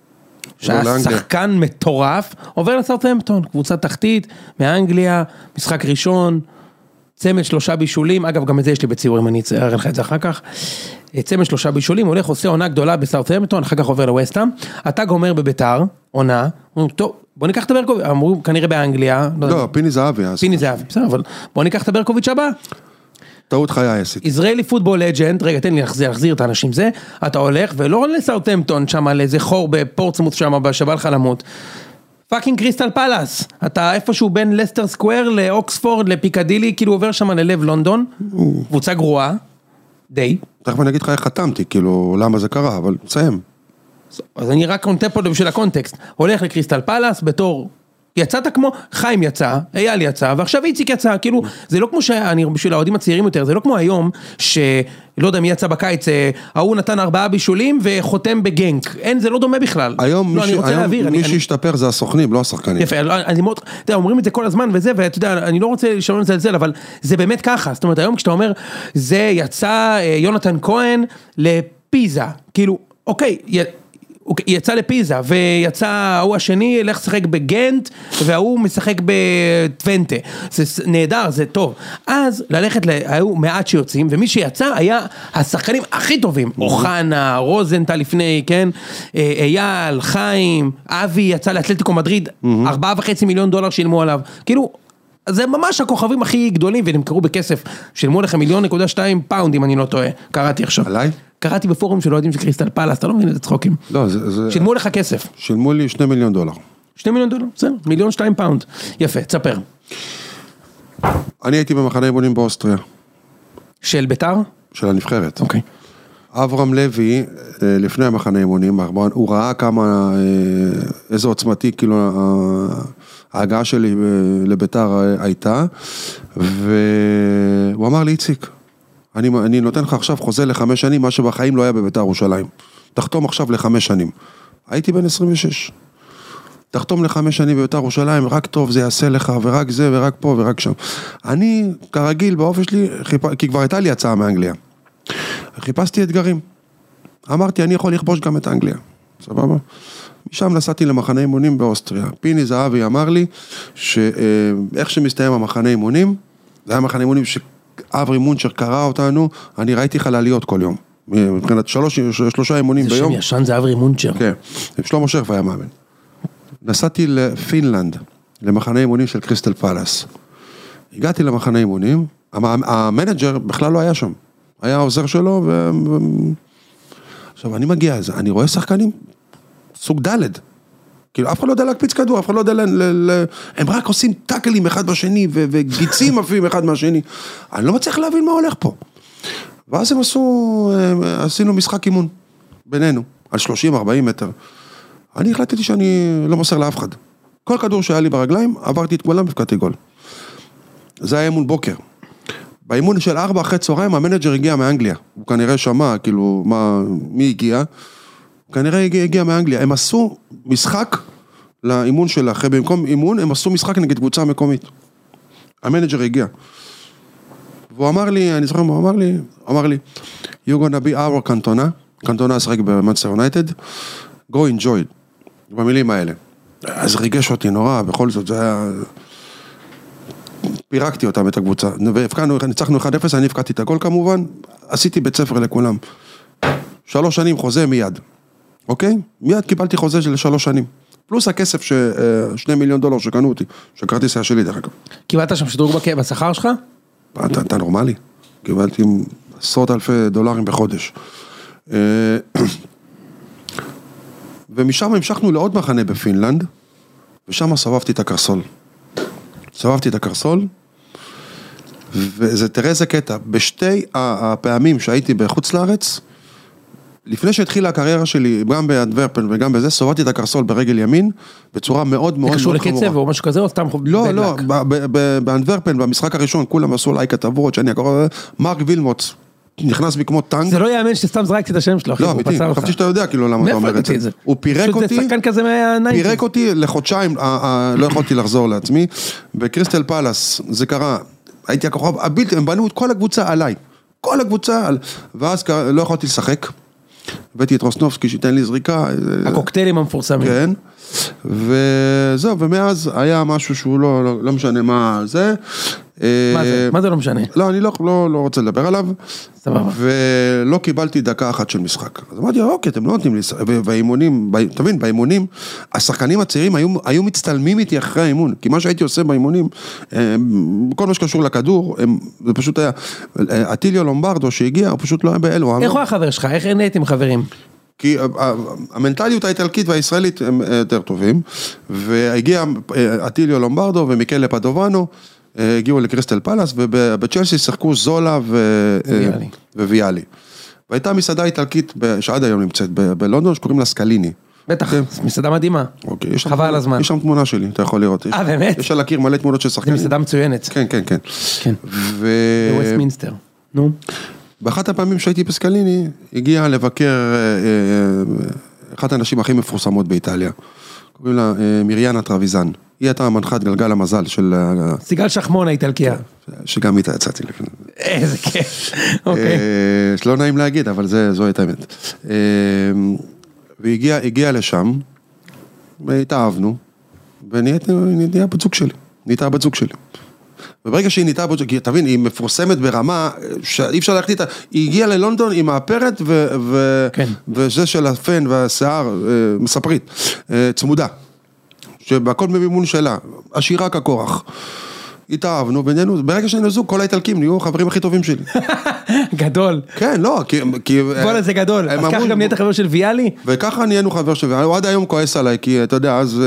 שהיה שחקן מטורף, עובר לסאות'המפטון, קבוצה תחתית, מאנגליה, משחק ראשון, צמד שלושה בישולים, אגב גם את זה יש לי בציורים, אני אראה לך את זה אחר כך, צמד שלושה בישולים, הולך עושה עונה גדולה בסאות'המפטון, אחר כך עובר לווסטהאם, אתה גומר בביתר, עונה, טוב, בוא ניקח את ברקוביץ', אמרו כנראה באנגליה, לא, פיני זהבי, פיני זהבי, בסדר, אבל בוא ניקח את ברקוביץ' הבא. טעות חיה עסק. ישראלי פוטבול לג'נד, רגע תן לי להחזיר, להחזיר את האנשים זה, אתה הולך ולא לסאות'המפטון שם על איזה חור בפורצמוט שם, שבא לך למות. פאקינג קריסטל פלאס, אתה איפשהו בין לסטר סקוואר לאוקספורד, לפיקדילי, כאילו עובר שם ללב לונדון, קבוצה גרועה, די. תכף אני אגיד לך איך חתמתי, כאילו למה זה קרה, אבל תסיים. אז אני רק נותן פה בשביל הקונטקסט, הולך לקריסטל פלאס בתור, יצאת כמו, חיים יצא, אייל יצא, ועכשיו איציק יצא, כאילו, זה לא כמו שאני, בשביל האוהדים הצעירים יותר, זה לא כמו היום, שלא יודע מי יצא בקיץ, ההוא נתן ארבעה בישולים וחותם בגנק, אין, זה לא דומה בכלל. היום מי שישתפר זה הסוכנים, לא השחקנים. יפה, אני מאוד, אתה יודע, אומרים את זה כל הזמן וזה, ואתה יודע, אני לא רוצה לשאול את זה על זה, אבל זה באמת ככה, זאת אומרת, היום כשאתה אומר, זה יצא יונתן כהן לפיזה, כאילו, אוקיי, הוא יצא לפיזה, ויצא, הוא השני, הלך לשחק בגנט, והוא משחק בטוונטה. זה נהדר, זה טוב. אז ללכת, היו מעט שיוצאים, ומי שיצא היה השחקנים הכי טובים. אוחנה, רוזנטל לפני, כן? אייל, חיים, אבי יצא לאתלטיקו מדריד, ארבעה וחצי מיליון דולר שילמו עליו. כאילו, זה ממש הכוכבים הכי גדולים, ונמכרו בכסף. שילמו לך מיליון נקודה שתיים פאונד, אם אני לא טועה. קראתי עכשיו. עליי? קראתי בפורום של אוהדים של קריסטל פלאס, אתה לא מבין את הצחוקים. לא, זה, זה... שילמו לך כסף. שילמו לי שני מיליון דולר. שני מיליון דולר, בסדר, מיליון שתיים פאונד. יפה, תספר. אני הייתי במחנה אימונים באוסטריה. של ביתר? של הנבחרת. אוקיי. אברהם לוי, לפני המחנה אימונים, הוא ראה כמה, איזו עוצמתי, כאילו, ההגעה שלי לביתר הייתה, והוא אמר לי, איציק, אני, אני נותן לך עכשיו חוזה לחמש שנים, מה שבחיים לא היה בביתר ירושלים. תחתום עכשיו לחמש שנים. הייתי בן עשרים ושש. תחתום לחמש שנים בביתר ירושלים, רק טוב זה יעשה לך, ורק זה, ורק פה, ורק שם. אני, כרגיל, באופן שלי, חיפ... כי כבר הייתה לי הצעה מאנגליה. חיפשתי אתגרים. אמרתי, אני יכול לכבוש גם את אנגליה. סבבה? משם נסעתי למחנה אימונים באוסטריה. פיני זהבי אמר לי, שאיך שמסתיים המחנה אימונים, זה היה מחנה אימונים ש... אברי מונצ'ר קרא אותנו, אני ראיתי חלליות כל יום, מבחינת שלוש, שלושה אימונים ביום. זה שם ישן, זה אברי מונצ'ר. כן, שלמה שרף היה מאמן. נסעתי לפינלנד, למחנה אימונים של קריסטל פלאס. הגעתי למחנה אימונים, המנג'ר בכלל לא היה שם, היה העוזר שלו, ו... עכשיו אני מגיע לזה, אני רואה שחקנים, סוג דלת, כאילו, אף אחד לא יודע להקפיץ כדור, אף אחד לא יודע, ל, ל, ל... הם רק עושים טאקלים אחד בשני, ו, וגיצים אפים אחד מהשני. אני לא מצליח להבין מה הולך פה. ואז הם עשו, עשינו משחק אימון, בינינו, על שלושים ארבעים מטר. אני החלטתי שאני לא מוסר לאף אחד. כל כדור שהיה לי ברגליים, עברתי את כולם בפקעתי גול. זה היה אימון בוקר. באימון של ארבע אחרי צהריים, המנג'ר הגיע מאנגליה. הוא כנראה שמע, כאילו, מה, מי הגיע? כנראה הגיע, הגיע מאנגליה, הם עשו משחק לאימון שלה, אחרי במקום אימון, הם עשו משחק נגד קבוצה מקומית. המנג'ר הגיע. והוא אמר לי, אני זוכר מה הוא אמר לי, הוא אמר לי, you're gonna be our קנטונה, קנטונה שחק במנצ'סטר יונייטד, go enjoy it, במילים האלה. אז ריגש אותי נורא, בכל זאת זה היה... פירקתי אותם את הקבוצה, והפקענו, ניצחנו אחד אפס, אני הפקעתי את הגול כמובן, עשיתי בית ספר לכולם. שלוש שנים חוזה מיד. אוקיי? מיד קיבלתי חוזה של שלוש שנים. פלוס הכסף ש... שני מיליון דולר שקנו אותי, שקראתי סייה שלי דרך אגב. קיבלת שם שדרוג בשכר שלך? אתה, אתה נורמלי. קיבלתי עשרות אלפי דולרים בחודש. ומשם המשכנו לעוד מחנה בפינלנד, ושם סבבתי את הקרסול. סבבתי את הקרסול, וזה תראה איזה קטע, בשתי הפעמים שהייתי בחוץ לארץ, לפני שהתחילה הקריירה שלי, גם באנטוורפן וגם בזה, סובבתי את הקרסול ברגל ימין, בצורה מאוד מאוד קשור לקצב או משהו כזה, או סתם חוב? לא, לא, באנטוורפן, במשחק הראשון, כולם עשו עליי כתבות, שאני אקרא, מרק וילמוט, נכנס בי כמו טנק. זה לא יאמן שסתם זרקתי את השם שלו, אחי, לא, אמיתי, חשבתי שאתה יודע כאילו למה אתה אומר את זה. הוא פירק אותי, פירק אותי לחודשיים, לא יכולתי לחזור לעצמי, בקריסטל פלאס, זה קרה, הייתי הכוכב, הם בנו את כל הקבוצה עליי, כל הקבוצה, ואז לא יכולתי לשחק, הבאתי את רוסנובסקי שייתן לי זריקה. הקוקטיילים המפורסמים. כן, וזהו, ומאז היה משהו שהוא לא, לא, לא משנה מה זה. מה זה? מה זה לא משנה? לא, אני לא, לא, לא רוצה לדבר עליו. סבבה. ולא קיבלתי דקה אחת של משחק. אז אמרתי, אוקיי, אתם לא נותנים לי, והאימונים, תבין, באימונים, השחקנים הצעירים היו, היו מצטלמים איתי אחרי האימון, כי מה שהייתי עושה באימונים, כל מה שקשור לכדור, זה פשוט היה, אטיליו לומברדו שהגיע, הוא פשוט לא היה באלו. איך הוא החבר שלך? איך נהייתם חברים? כי המנטליות האיטלקית והישראלית הם יותר טובים, והגיע אטיליו לומברדו ומיקלה פדובנו, הגיעו לקריסטל פלאס, ובצ'לסי שיחקו זולה וויאלי. והייתה מסעדה איטלקית שעד היום נמצאת בלונדון, שקוראים לה סקליני. בטח, מסעדה מדהימה. חבל על הזמן. יש שם תמונה שלי, אתה יכול לראות. אה, באמת? יש על הקיר מלא תמונות של שחקנים. זו מסעדה מצוינת. כן, כן, כן. כן. בווסטמינסטר. נו. באחת הפעמים שהייתי בסקליני, הגיע לבקר אחת האנשים הכי מפורסמות באיטליה. קוראים לה מיריאנה טרוויזן. היא הייתה מנחת גלגל המזל של... סיגל שחמון האיטלקיה. שגם איתה יצאתי לפני. איזה כיף. אוקיי. שלא נעים להגיד, אבל זו הייתה אמת. והיא הגיעה לשם, והתאהבנו, ונהייתה בת זוג שלי. נהייתה בת זוג שלי. וברגע שהיא נהייתה בת זוג, כי תבין, היא מפורסמת ברמה, שאי אפשר להחליט, היא הגיעה ללונדון עם האפרת, וזה של הפן והשיער, מספרית, צמודה. שבכל במימון שלה, עשירה כקורח. התאהבנו, בינינו, ברגע שהיינו זוג, כל האיטלקים נהיו החברים הכי טובים שלי. גדול. כן, לא, כי... בוא'לה, זה גדול. אז ככה גם נהיית חבר של ויאלי? וככה נהיינו חבר של ויאלי. הוא עד היום כועס עליי, כי אתה יודע, אז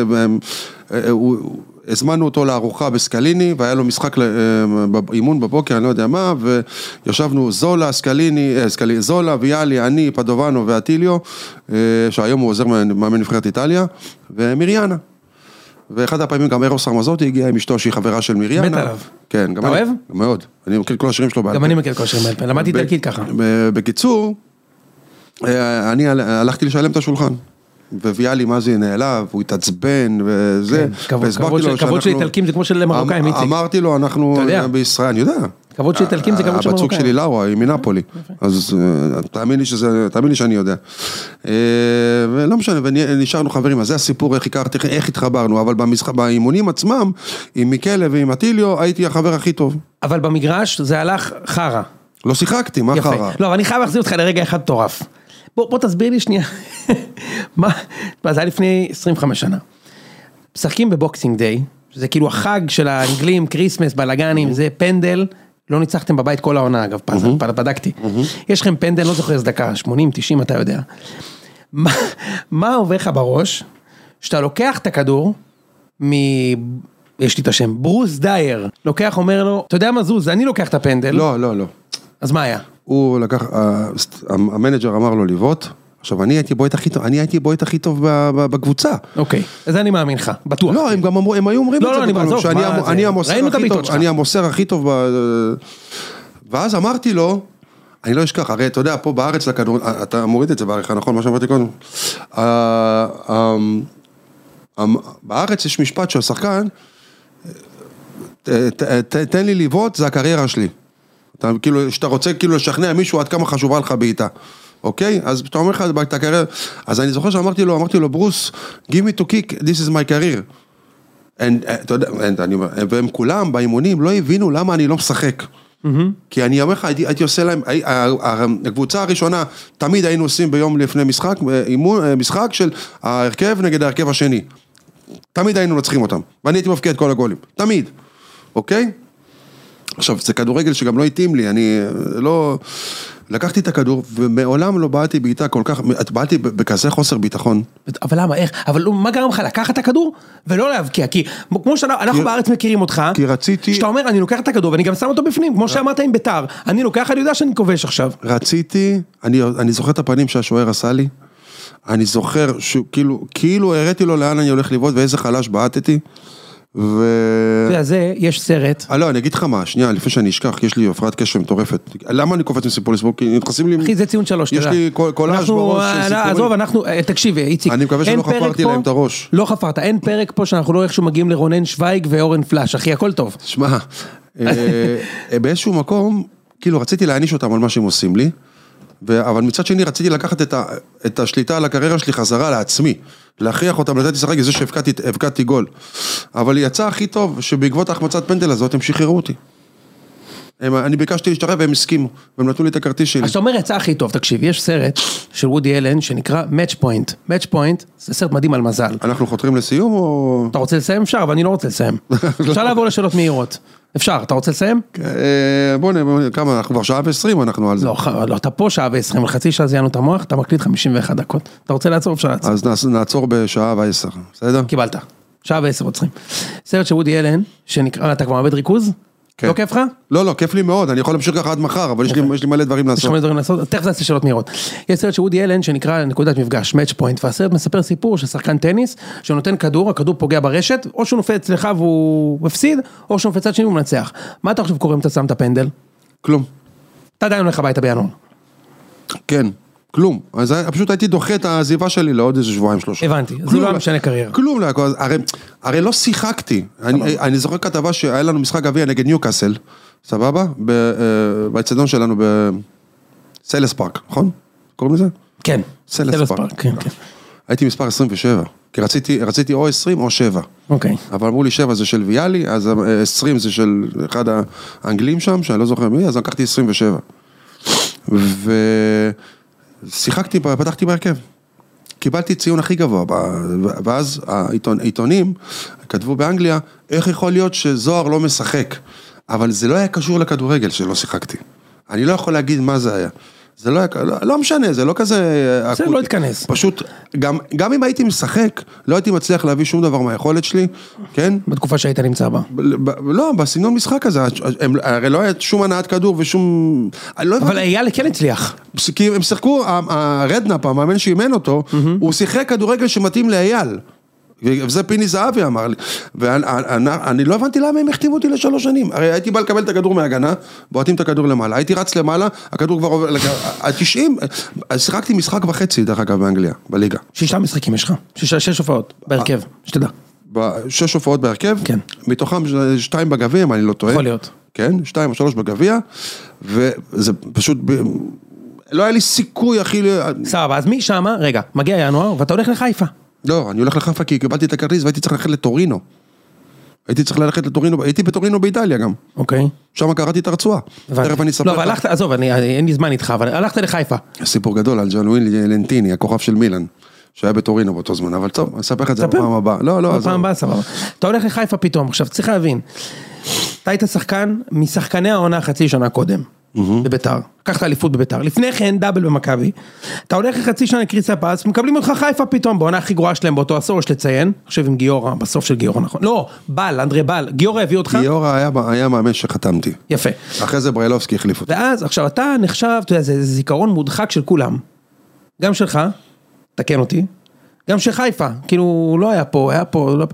הזמנו אותו לארוחה בסקליני, והיה לו משחק באימון בבוקר, אני לא יודע מה, וישבנו זולה, סקליני, זולה, ויאלי, אני, פדובנו ואטיליו, שהיום הוא עוזר מאמן נבחרת איטליה, ומיריאנה. ואחד הפעמים גם אירוס ארמזוטי הגיע עם אשתו שהיא חברה של מיריאנה. מת עליו. כן. אתה אוהב? מאוד. אני מכיר כל השירים שלו בעל פה. גם אני מכיר כל השירים בעל פה. למדתי איטלקית ככה. בקיצור, אני הלכתי לשלם את השולחן. וויאלי מה זה נעלב, הוא התעצבן וזה. כבוד של איטלקים זה כמו של מרוקאים, איציק. אמרתי לו, אנחנו בישראל, אני יודע. כבוד של איטלקים זה כבוד של מרוקאים. הבת זוג שלי לאורה, היא מנפולי. אז תאמין לי שזה, תאמין לי שאני יודע. ולא משנה, ונשארנו חברים, אז זה הסיפור, איך הכרתי, איך התחברנו, אבל באימונים עצמם, עם מיקלה ועם אטיליו, הייתי החבר הכי טוב. אבל במגרש זה הלך חרה. לא שיחקתי, מה חרה? לא, אבל אני חייב להחזיר אותך לרגע אחד טורף. בוא, בוא תסביר לי שנייה. מה? זה היה לפני עשרים וחמש שנה. משחקים בבוקסינג דיי, שזה כאילו החג של האנגלים, קריסמס, בלגנים, זה פנדל, לא ניצחתם בבית כל העונה, אגב, בדקתי. יש לכם פנדל, לא זוכר, דקה, שמונים, תשעים, אתה יודע. מה עובר לך בראש, שאתה לוקח את הכדור, מ... יש לי את השם, ברוס דייר, לוקח, אומר לו, אתה יודע מה זוז, אני לוקח את הפנדל. לא, לא, לא. אז מה היה? הוא לקח, המנג'ר אמר לו לבעוט, עכשיו אני הייתי בועט הכי טוב, אני הייתי בועט הכי טוב בקבוצה. אוקיי, אז אני מאמין לך, בטוח. לא, הם גם אמרו, הם היו אומרים את זה. לא, לא, אני מעזוב, שאני המוסר הכי טוב, אני המוסר הכי טוב, ואז אמרתי לו, אני לא אשכח, הרי אתה יודע, פה בארץ לכדור, אתה מוריד את זה בעריכה, נכון, מה שאמרתי קודם, בארץ יש משפט של שחקן, תן לי לבעוט, זה הקריירה שלי. אתה כאילו, שאתה רוצה כאילו לשכנע מישהו עד כמה חשובה לך בעיטה. אוקיי? אז אתה אומר לך, את הקריירה, אז אני זוכר שאמרתי לו, אמרתי לו, ברוס, give me to kick, this is my career. אתה יודע, והם כולם באימונים לא הבינו למה אני לא משחק. כי אני אומר לך, הייתי עושה להם, הקבוצה הראשונה, תמיד היינו עושים ביום לפני משחק, משחק של ההרכב נגד ההרכב השני. תמיד היינו נצחים אותם, ואני הייתי מפקיע את כל הגולים. תמיד. אוקיי? עכשיו, זה כדורגל שגם לא התאים לי, אני לא... לקחתי את הכדור, ומעולם לא באתי בעיטה כל כך, באתי בכזה חוסר ביטחון. אבל למה, איך? אבל מה גרם לך לקחת את הכדור, ולא להבקיע? כי כמו שאנחנו בארץ מכירים אותך, כי רציתי... שאתה אומר, אני לוקח את הכדור, ואני גם שם אותו בפנים, כמו שאמרת עם ביתר, אני לוקח, אני יודע שאני כובש עכשיו. רציתי, אני, אני זוכר את הפנים שהשוער עשה לי, אני זוכר שכאילו, כאילו הראיתי לו לאן אני הולך לבעוט, ואיזה חלש בעטתי, ו... זה, יש סרט. אה, לא, אני אגיד לך מה, שנייה, לפני שאני אשכח, יש לי הפרעת קשב מטורפת. למה אני קופץ מסיפור לסיפור? כי נכנסים לי... אחי, זה ציון שלוש, יש לי קולאז' בראש סיפורים. עזוב, אנחנו, תקשיב, איציק. אני מקווה שלא חפרתי להם את הראש. לא חפרת, אין פרק פה שאנחנו לא איכשהו מגיעים לרונן שוויג ואורן פלאש, אחי, הכל טוב. שמע, באיזשהו מקום, כאילו רציתי להעניש אותם על מה שהם עושים לי, אבל מצד שני רציתי לקחת את, ה, את השליטה על הקריירה שלי חזרה לעצמי, להכריח אותם לתת לשחק, זה שהבקעתי גול. אבל יצא הכי טוב שבעקבות ההחמצת פנדל הזאת הם שחררו אותי. הם, אני ביקשתי להשתחרר והם הסכימו, והם נתנו לי את הכרטיס שלי. אז אתה אומר יצא הכי טוב, תקשיב, יש סרט של וודי אלן שנקרא Match Point. Match Point זה סרט מדהים על מזל. אנחנו חותרים לסיום או... אתה רוצה לסיים? אפשר, אבל אני לא רוצה לסיים. אפשר לעבור לשאלות מהירות. אפשר, אתה רוצה לסיים? בוא נראה, כמה, אנחנו כבר שעה ועשרים, אנחנו על זה. לא, אתה פה שעה ועשרים, חצי שעה זיינו את המוח, אתה מקליט חמישים ואחת דקות. אתה רוצה לעצור? אפשר לעצור. אז נעצור בשעה ועשר, בסדר? קיבלת. שעה ועשר עוצרים. סרט של וודי אלן, שנקרא, אתה כבר מאבד ריכוז? לא כיף לך? לא, לא, כיף לי מאוד, אני יכול להמשיך ככה עד מחר, אבל יש לי מלא דברים לעשות. יש לי מלא דברים לעשות, תכף זה עושה שאלות מהירות. יש סרט של וודי אלן שנקרא נקודת מפגש, Match Point, והסרט מספר סיפור של שחקן טניס, שהוא נותן כדור, הכדור פוגע ברשת, או שהוא נופל אצלך והוא מפסיד, או שהוא נופל צד שני והוא מנצח. מה אתה חושב קורה אם אתה שם את הפנדל? כלום. אתה עדיין הולך הביתה בינואר. כן. כלום, אז פשוט הייתי דוחה את העזיבה שלי לעוד איזה שבועיים שלושה. הבנתי, זה לא משנה קריירה. כלום, הרי, הרי לא שיחקתי, אני, אני זוכר כתבה שהיה לנו משחק גביע נגד ניוקאסל, סבבה? באצטדיון שלנו בסלס פארק, נכון? קוראים לזה? כן, סלס פארק. כן, כן. הייתי מספר עשרים ושבע, כי רציתי, רציתי או עשרים או שבע. אוקיי. אבל אמרו לי שבע זה של ויאלי, אז עשרים זה של אחד האנגלים שם, שאני לא זוכר מי, אז לקחתי עשרים ושבע. ו... שיחקתי, פתחתי בהרכב, קיבלתי ציון הכי גבוה, ואז העיתונים כתבו באנגליה, איך יכול להיות שזוהר לא משחק, אבל זה לא היה קשור לכדורגל שלא שיחקתי, אני לא יכול להגיד מה זה היה, זה לא, לא משנה, זה לא כזה... זה לא התכנס. פשוט, גם, גם אם הייתי משחק, לא הייתי מצליח להביא שום דבר מהיכולת שלי, כן? בתקופה שהיית נמצא בה. לא, בסגנון משחק הזה, הרי לא היה שום הנעת כדור ושום... אבל אייל כן הצליח. כי הם שיחקו, הרדנאפ, המאמן שאימן אותו, הוא שיחק כדורגל שמתאים לאייל. וזה פיני זהבי אמר לי, ואני לא הבנתי למה הם הכתיבו אותי לשלוש שנים, הרי הייתי בא לקבל את הכדור מהגנה, בועטים את הכדור למעלה, הייתי רץ למעלה, הכדור כבר עובר, ה-תשעים, שיחקתי משחק וחצי דרך אגב באנגליה, בליגה. שישה משחקים יש לך, שש הופעות בהרכב, שתדע. שש הופעות בהרכב, כן. מתוכם שתיים בגביע, אם אני לא טועה. יכול להיות. כן, שתיים או שלוש בגביע, וזה פשוט, לא היה לי סיכוי הכי... סבבה, אז מי שמה, רגע, מגיע ינואר, ואתה הולך לחיפה. לא, אני הולך לחיפה כי קיבלתי את הכרטיס והייתי צריך ללכת לטורינו. הייתי צריך ללכת לטורינו, הייתי בטורינו באיטליה גם. אוקיי. שם קראתי את הרצועה. תכף אני אספר. לא, אבל הלכת, עזוב, אין לי זמן איתך, אבל הלכת לחיפה. סיפור גדול על ג'אנלואיני לנטיני, הכוכב של מילאן, שהיה בטורינו באותו זמן, אבל טוב, אני אספר את זה בפעם הבאה. לא, לא, בפעם הבאה, סבבה. אתה הולך לחיפה פתאום, עכשיו צריך להבין, אתה היית שחקן משחקני העונה חצי שנה קודם. בביתר, לקחת אליפות בביתר, לפני כן דאבל במכבי, אתה הולך לחצי שנה לקריסה פס, מקבלים אותך חיפה פתאום, בעונה הכי גרועה שלהם באותו עשור, יש לציין, עכשיו עם גיורא, בסוף של גיורא, נכון? לא, בל, אנדרי בל, גיורא הביא אותך? גיורא היה, היה מאמן שחתמתי. יפה. אחרי זה בריילובסקי החליף אותי. ואז, עכשיו אתה נחשב, אתה יודע, זה זיכרון מודחק של כולם, גם שלך, תקן אותי, גם של חיפה, כאילו, לא היה פה, היה פה, לא...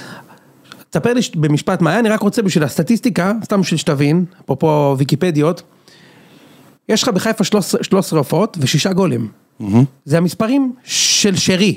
תספר לי במשפט מה היה, אני רק רוצה בשביל הסטטיסטיקה, סתם בשביל שתבין, אפרופו ויקיפדיות, יש לך בחיפה שלוש עשרה הופעות ושישה גולים. זה המספרים של שרי.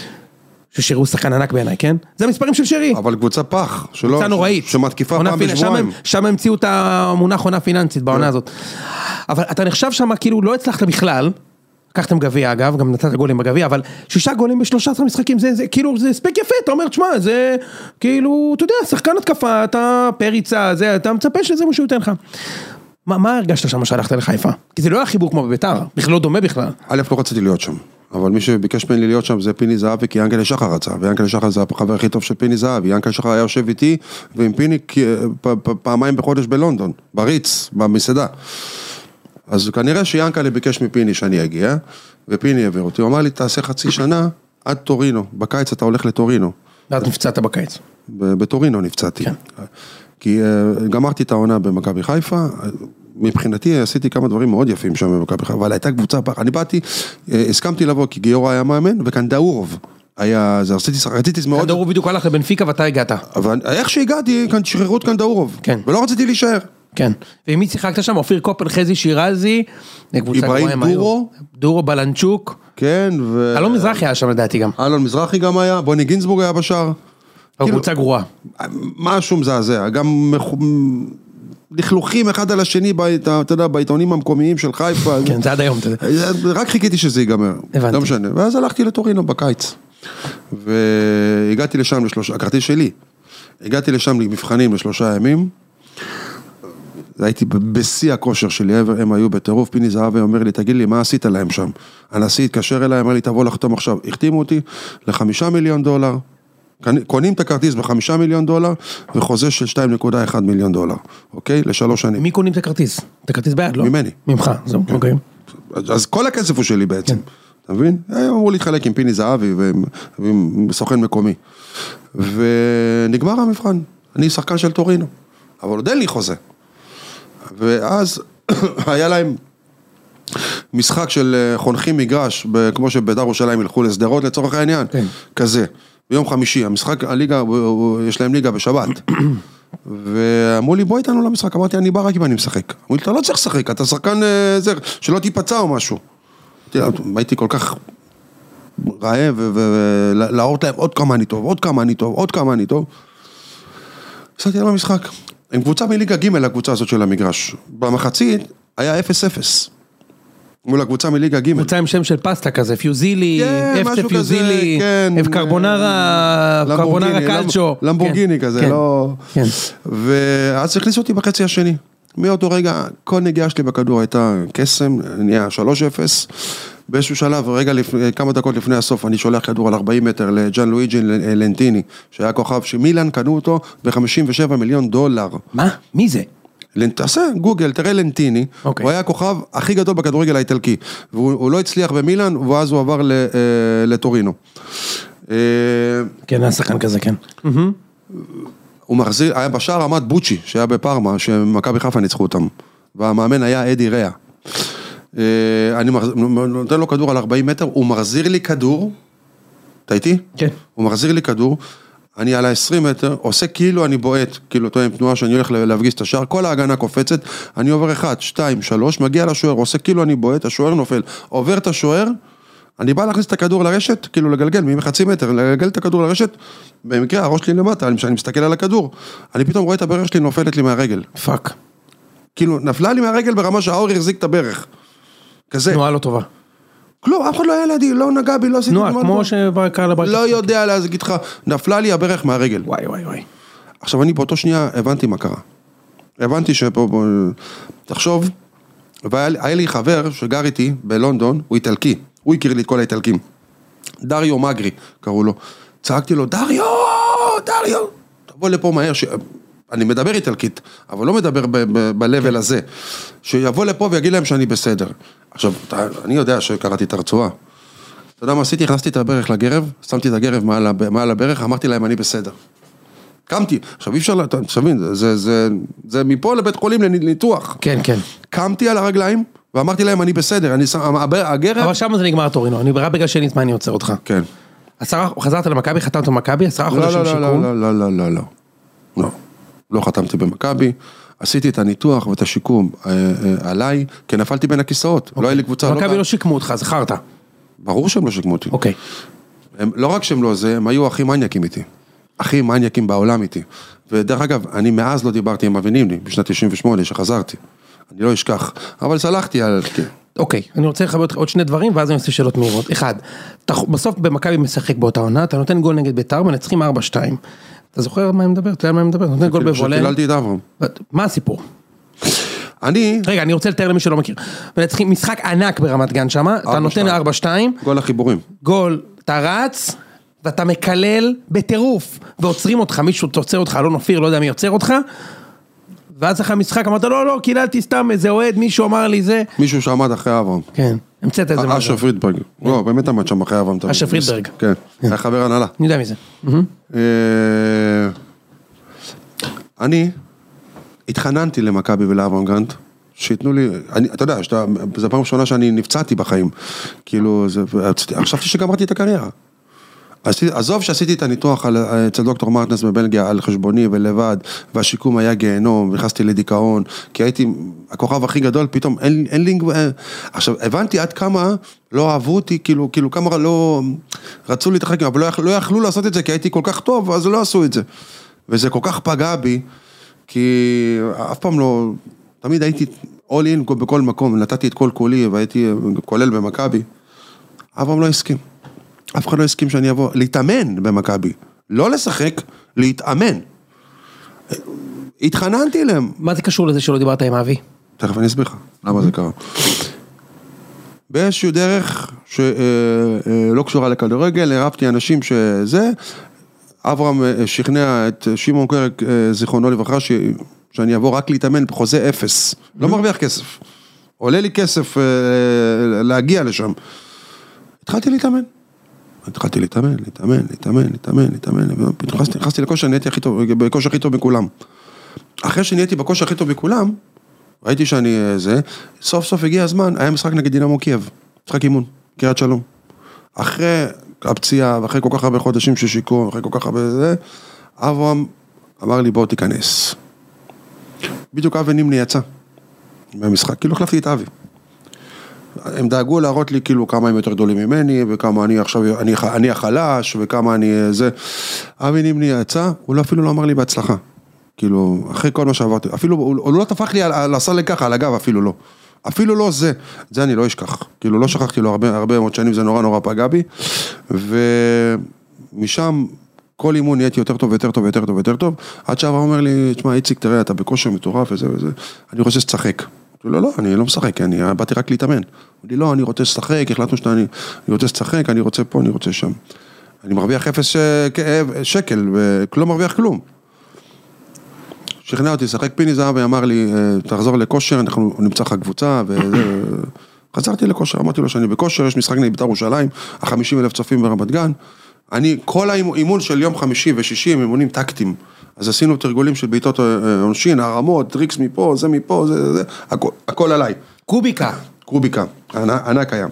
ששרי הוא שחקן ענק בעיניי, כן? זה המספרים של שרי. אבל קבוצה פח. קבוצה נוראית. שמתקיפה פעם בשבועיים. שם המציאו את המונח עונה פיננסית בעונה הזאת. אבל אתה נחשב שם כאילו לא הצלחת בכלל, לקחתם גביע אגב, גם נתת גולים בגביע, אבל שישה גולים בשלושה עשרה משחקים, זה כאילו, זה ספק יפה, אתה אומר, תשמע, זה כאילו, אתה יודע, שחקן התקפה, אתה פריצה, זה, אתה מצפה שזה משהו ייתן לך. מה, מה הרגשת שם שהלכת לחיפה? כי זה לא היה חיבור כמו בביתר, בכלל לא דומה בכלל. א', לא רציתי להיות שם. אבל מי שביקש ממני להיות שם זה פיני זהבי, כי ינקלה שחר רצה, וינקלה שחר זה החבר הכי טוב של פיני זהבי, ינקלה שחר היה יושב איתי, ועם פיני פעמיים בחודש בלונדון, בריץ, במסעדה. אז כנראה שיאנקלה ביקש מפיני שאני אגיע, ופיני העביר אותי, הוא אמר לי, תעשה חצי שנה עד טורינו, בקיץ אתה הולך לטורינו. ואז נפצעת בקיץ. בטורינו נפצעתי. כן. כי גמרתי את העונה במכבי חיפה, מבחינתי עשיתי כמה דברים מאוד יפים שם במכבי חיפה, אבל הייתה קבוצה פח, אני באתי, הסכמתי לבוא, כי גיורא היה מאמן, וקנדאורוב היה, זה רציתי, רציתי מאוד... קנדאורוב בדיוק הלך לבנפיקה ואתה הגעת. אבל איך שהגעתי, שחררו את קנדאורוב. כן. ולא רציתי להישאר. כן. ועם מי שיחקת שם? אופיר קופל, חזי שירזי, איברהים דורו. דורו בלנצ'וק. כן, ו... אלון מזרחי היה שם לדעתי גם. אלון מזרחי גם היה, בוני גינזבורג היה בשער. קבוצה גרועה. משהו מזעזע, גם לכלוכים אחד על השני, אתה יודע, בעיתונים המקומיים של חיפה. כן, זה עד היום. רק חיכיתי שזה ייגמר. הבנתי. לא משנה. ואז הלכתי לטורינו בקיץ. והגעתי לשם לשלושה, הכרטיס שלי. הגעתי לשם למבחנים לשלושה ימים. הייתי בשיא הכושר שלי, הם היו בטירוף, פיני זהבי אומר לי, תגיד לי, מה עשית להם שם? הנשיא התקשר אליי, אמר לי, תבוא לחתום עכשיו. החתימו אותי לחמישה מיליון דולר, קונים את הכרטיס בחמישה מיליון דולר, וחוזה של שתיים נקודה אחת מיליון דולר, אוקיי? לשלוש שנים. מי קונים את הכרטיס? את הכרטיס ביד, לא? ממני. ממך, זהו, אוקיי. אז כל הכסף הוא שלי בעצם, אתה מבין? הם אמרו להתחלק עם פיני זהבי, ועם סוכן מקומי. ונגמר המבחן, אני שחקן של טורינו, אבל עוד אין לי חוזה. ואז היה להם משחק של חונכים מגרש, כמו שבבית"ר ירושלים ילכו לסדרות לצורך העניין, כזה. ביום חמישי, המשחק, הליגה, יש להם ליגה בשבת. ואמרו לי, בוא איתנו למשחק, אמרתי, אני בא רק אם אני משחק. אמרו לי, אתה לא צריך לשחק, אתה שחקן זר, שלא תיפצע או משהו. הייתי כל כך רעב, ולהראות להם עוד כמה אני טוב, עוד כמה אני טוב, עוד כמה אני טוב. עשיתי על המשחק. עם קבוצה מליגה ג' לקבוצה הזאת של המגרש. במחצית היה אפס אפס. מול הקבוצה מליגה ג'. קבוצה עם שם של פסטה כזה, פיוזילי, אפטה פיוזילי, אפ קרבונרה, קרבונרה קלצ'ו. למבורגיני כזה, לא... ואז הכניסו אותי בחצי השני. מאותו רגע, כל נגיעה שלי בכדור הייתה קסם, נהיה שלוש אפס. באיזשהו שלב, רגע לפני, כמה דקות לפני הסוף, אני שולח כדור על ארבעים מטר לג'אן לואיג'י לנטיני, שהיה כוכב שמילן קנו אותו ב-חמישים ושבעה מיליון דולר. מה? מי זה? תעשה גוגל, תראה לנטיני, okay. הוא היה הכוכב הכי גדול בכדורגל האיטלקי, והוא לא הצליח במילן, ואז הוא עבר לטורינו. כן, היה שחקן כזה, כן. הוא מחזיר, היה בשער עמד בוצ'י, שהיה בפרמה, שמכבי חיפה ניצחו אותם, והמאמן היה אדי ריאה. אני נותן לו כדור על ארבעים מטר, הוא מחזיר לי כדור, אתה איתי? כן. הוא מחזיר לי כדור, אני על ה-עשרים מטר, עושה כאילו אני בועט, כאילו אותו עם תנועה שאני הולך להפגיס את השער, כל ההגנה קופצת, אני עובר אחד, שתיים, שלוש, מגיע לשוער, עושה כאילו אני בועט, השוער נופל, עובר את השוער, אני בא להכניס את הכדור לרשת, כאילו לגלגל, מחצי מטר, לגלגל את הכדור לרשת, במקרה הראש שלי למטה, אני מסתכל על הכדור, אני פתאום רואה את הברך שלי נופלת לי מהרגל. פאק. כאילו, נפלה לי מהרגל ברמה שהאור יחזיק את הברך. כזה. תנועה לא טובה. כלום, אף אחד לא היה לידי, לא נגע בי, לא עשיתי תנועה, כמו שבקר לבית. לא יודע להגיד לך, נפלה לי הברך מהרגל. וואי, וואי, וואי. עכשיו אני באותו שנייה הבנתי מה קרה. הבנתי שפה, תחשוב, והיה לי חבר שגר איתי בלונדון, הוא איטלקי, הוא הכיר לי את כל האיטלקים. דריו מגרי, קראו לו. צעקתי לו, דריו, דריו, תבוא לפה מהר, ש... אני מדבר איטלקית, אבל לא מדבר ב-level הזה, שיבוא לפה ויגיד להם שאני בסדר. עכשיו, אני יודע שקראתי את הרצועה. אתה יודע מה עשיתי? הכנסתי את הברך לגרב, שמתי את הגרב מעל הברך, אמרתי להם אני בסדר. קמתי, עכשיו אי אפשר, אתה מבין, זה מפה לבית חולים לניתוח. כן, כן. קמתי על הרגליים, ואמרתי להם אני בסדר, אני שם, הגרב... אבל שם זה נגמר טורינו, אני רק בגלל שנית מה אני עוצר אותך. כן. חזרת למכבי, חתמת למכבי, עשרה חודשים שיקום? לא, לא, לא, לא, לא, לא. לא חתמתי במכבי, עשיתי את הניתוח ואת השיקום עליי, כי נפלתי בין הכיסאות, לא היה לי קבוצה. מכבי לא שיקמו אותך, זכרת. ברור שהם לא שיקמו אותי. אוקיי. לא רק שהם לא זה, הם היו הכי מניאקים איתי. הכי מניאקים בעולם איתי. ודרך אגב, אני מאז לא דיברתי עם מבינים לי, בשנת תשעים ושמונה שחזרתי. אני לא אשכח, אבל סלחתי על... אוקיי, אני רוצה לחבר אותך עוד שני דברים, ואז אני עושה שאלות מהירות. אחד, בסוף במכבי משחק באותה עונה, אתה נותן גול נגד בית"ר, מנצחים ארבע שתיים. אתה זוכר מה אני מדבר? אתה יודע מה אני מדבר? נותן גול בוולה. שקיללתי את אברהם. מה הסיפור? אני... רגע, אני רוצה לתאר למי שלא מכיר. משחק ענק ברמת גן שמה, אתה נותן ארבע שתיים. גול החיבורים. גול, אתה רץ, ואתה מקלל בטירוף, ועוצרים אותך, מישהו תוצר אותך, לא נופיר, לא יודע מי יוצר אותך, ואז אחרי המשחק אמרת, לא, לא, קיללתי סתם איזה אוהד, מישהו אמר לי זה. מישהו שעמד אחרי אברהם. כן, המצאת איזה משהו. אשר פרידברג. לא, באמת עמד שם אחרי אברהם. אשר פרידברג. כן, היה חבר הנהלה. אני יודע מי זה. אני התחננתי למכבי ולאברהם גרנט, שיתנו לי, אתה יודע, זו פעם ראשונה שאני נפצעתי בחיים. כאילו, חשבתי שגמרתי את הקריירה. עזוב שעשיתי את הניתוח אצל דוקטור מרטנס בבלגיה על חשבוני ולבד, והשיקום היה גיהנום, נכנסתי לדיכאון, כי הייתי הכוכב הכי גדול, פתאום אין, אין לינג... עכשיו, הבנתי עד כמה לא אהבו אותי, כאילו, כאילו כמה לא... רצו להתרחק, אבל לא, לא יכלו לעשות את זה, כי הייתי כל כך טוב, אז לא עשו את זה. וזה כל כך פגע בי, כי אף פעם לא... תמיד הייתי all in בכל מקום, נתתי את כל כולי, והייתי כולל במכבי. אברהם לא הסכים. אף אחד לא הסכים שאני אבוא להתאמן במכבי, לא לשחק, להתאמן. התחננתי אליהם. מה זה קשור לזה שלא דיברת עם אבי? תכף אני אסביר לך, למה זה קרה. באיזשהו דרך שלא קשורה לכדורגל, הרבתי אנשים שזה, אברהם שכנע את שמעון קרק, זיכרונו לברכה, שאני אבוא רק להתאמן בחוזה אפס, לא מרוויח כסף. עולה לי כסף להגיע לשם. התחלתי להתאמן. התחלתי להתאמן, להתאמן, להתאמן, להתאמן, להתאמן, פתאום נכנסתי לכושר, נהייתי הכי טוב, בכושר הכי טוב בכולם. אחרי שנהייתי בכושר הכי טוב בכולם, ראיתי שאני זה, סוף סוף הגיע הזמן, היה משחק נגד דינמו קייב, משחק אימון, קריית שלום. אחרי הפציעה, ואחרי כל כך הרבה חודשים של שיקום, אחרי כל כך הרבה זה, אברהם אמר לי בוא תיכנס. בדיוק אבי נימני יצא, במשחק, כאילו החלפתי את אבי. הם דאגו להראות לי כאילו כמה הם יותר גדולים ממני, וכמה אני עכשיו, אני, אני החלש, וכמה אני זה. אבי נימני יצא, הוא לא, אפילו לא אמר לי בהצלחה. כאילו, אחרי כל מה שעברתי, אפילו, הוא, הוא לא תפך לי על, על הסל ככה, על הגב, אפילו לא. אפילו לא זה, זה אני לא אשכח. כאילו, לא שכחתי לו הרבה, הרבה מאוד שנים, זה נורא נורא פגע בי. ומשם, כל אימון נהייתי יותר טוב, יותר טוב, יותר טוב, יותר טוב. עד שעבר אומר לי, תשמע, איציק, תראה, אתה בכושר מטורף וזה וזה. אני רוצה שתשחק. לא, לא, אני לא משחק, אני באתי רק להתאמן. הוא לי, לא, אני רוצה לשחק, החלטנו שאני אני רוצה לשחק, אני רוצה פה, אני רוצה שם. אני מרוויח אפס שקל, ולא מרוויח כלום. שכנע אותי, שחק פיני זהב, ואמר לי, תחזור לכושר, אנחנו נמצא לך קבוצה, וחזרתי לכושר, אמרתי לו שאני בכושר, יש משחק נגד בית"ר ירושלים, החמישים אלף צופים ברמת גן. אני, כל האימון של יום חמישי ושישי, הם אימונים טקטיים. אז עשינו תרגולים של בעיטות עונשין, הרמות, טריקס מפה, זה מפה, זה, זה, הכל, הכל עליי. קוביקה. קוביקה, ענק היה.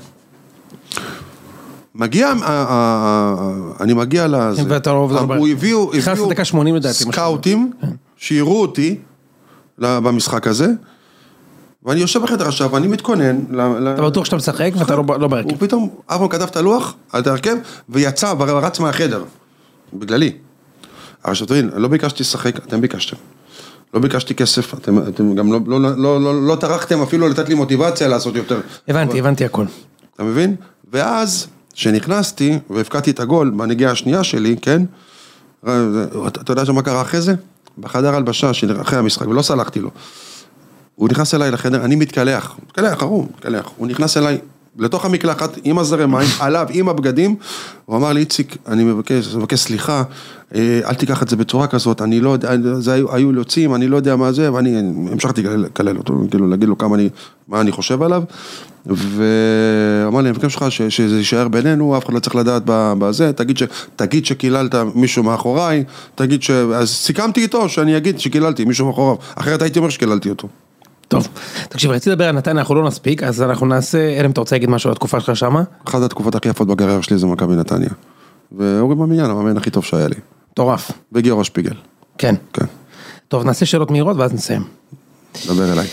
מגיע, אני מגיע לזה, הוא הביאו, הביאו סקאוטים, שיראו אותי במשחק הזה, ואני יושב בחדר עכשיו, ואני מתכונן. אתה בטוח שאתה משחק ואתה לא בהרכב. הוא פתאום, אברהם כתב את הלוח, על ההרכב, ויצא ורץ מהחדר, בגללי. עכשיו תבין, לא ביקשתי לשחק, אתם ביקשתם. לא ביקשתי כסף, אתם, אתם גם לא, לא, לא, לא, לא טרחתם אפילו לתת לי מוטיבציה לעשות יותר. הבנתי, הבנתי הכל. אתה מבין? ואז, שנכנסתי, והפקעתי את הגול, בנגיעה השנייה שלי, כן? אתה יודע שמה קרה אחרי זה? בחדר הלבשה, אחרי המשחק, ולא סלחתי לו. הוא נכנס אליי לחדר, אני מתקלח, מתקלח, הרום, מתקלח. הוא נכנס אליי לתוך המקלחת, עם הזרי מים, עליו, עם הבגדים, הוא אמר לי, איציק, אני מבקש, מבקש סליחה, אל תיקח את זה בצורה כזאת, אני לא יודע, זה היו, היו להוצאים, אני לא יודע מה זה, ואני המשכתי לקלל אותו, כאילו, להגיד לו כמה אני, מה אני חושב עליו, ואמר לי, אני מבקש לך שזה יישאר בינינו, אף אחד לא צריך לדעת בזה, תגיד, ש, תגיד שקיללת מישהו מאחוריי, תגיד ש... אז סיכמתי איתו שאני אגיד שקיללתי מישהו מאחוריו, אחרת הייתי אומר שקיללתי אותו. טוב, תקשיב, רציתי לדבר על נתניה, אנחנו לא נספיק, אז אנחנו נעשה, אלם, אתה רוצה להגיד משהו על התקופה שלך שמה? אחת התקופות הכי יפות בקריירה שלי זה מכבי נתניה. ואורי במניין, המאמן הכי טוב שהיה לי. טורף. וגיורא שפיגל. כן. כן. טוב, נעשה שאלות מהירות ואז נסיים. דבר אליי.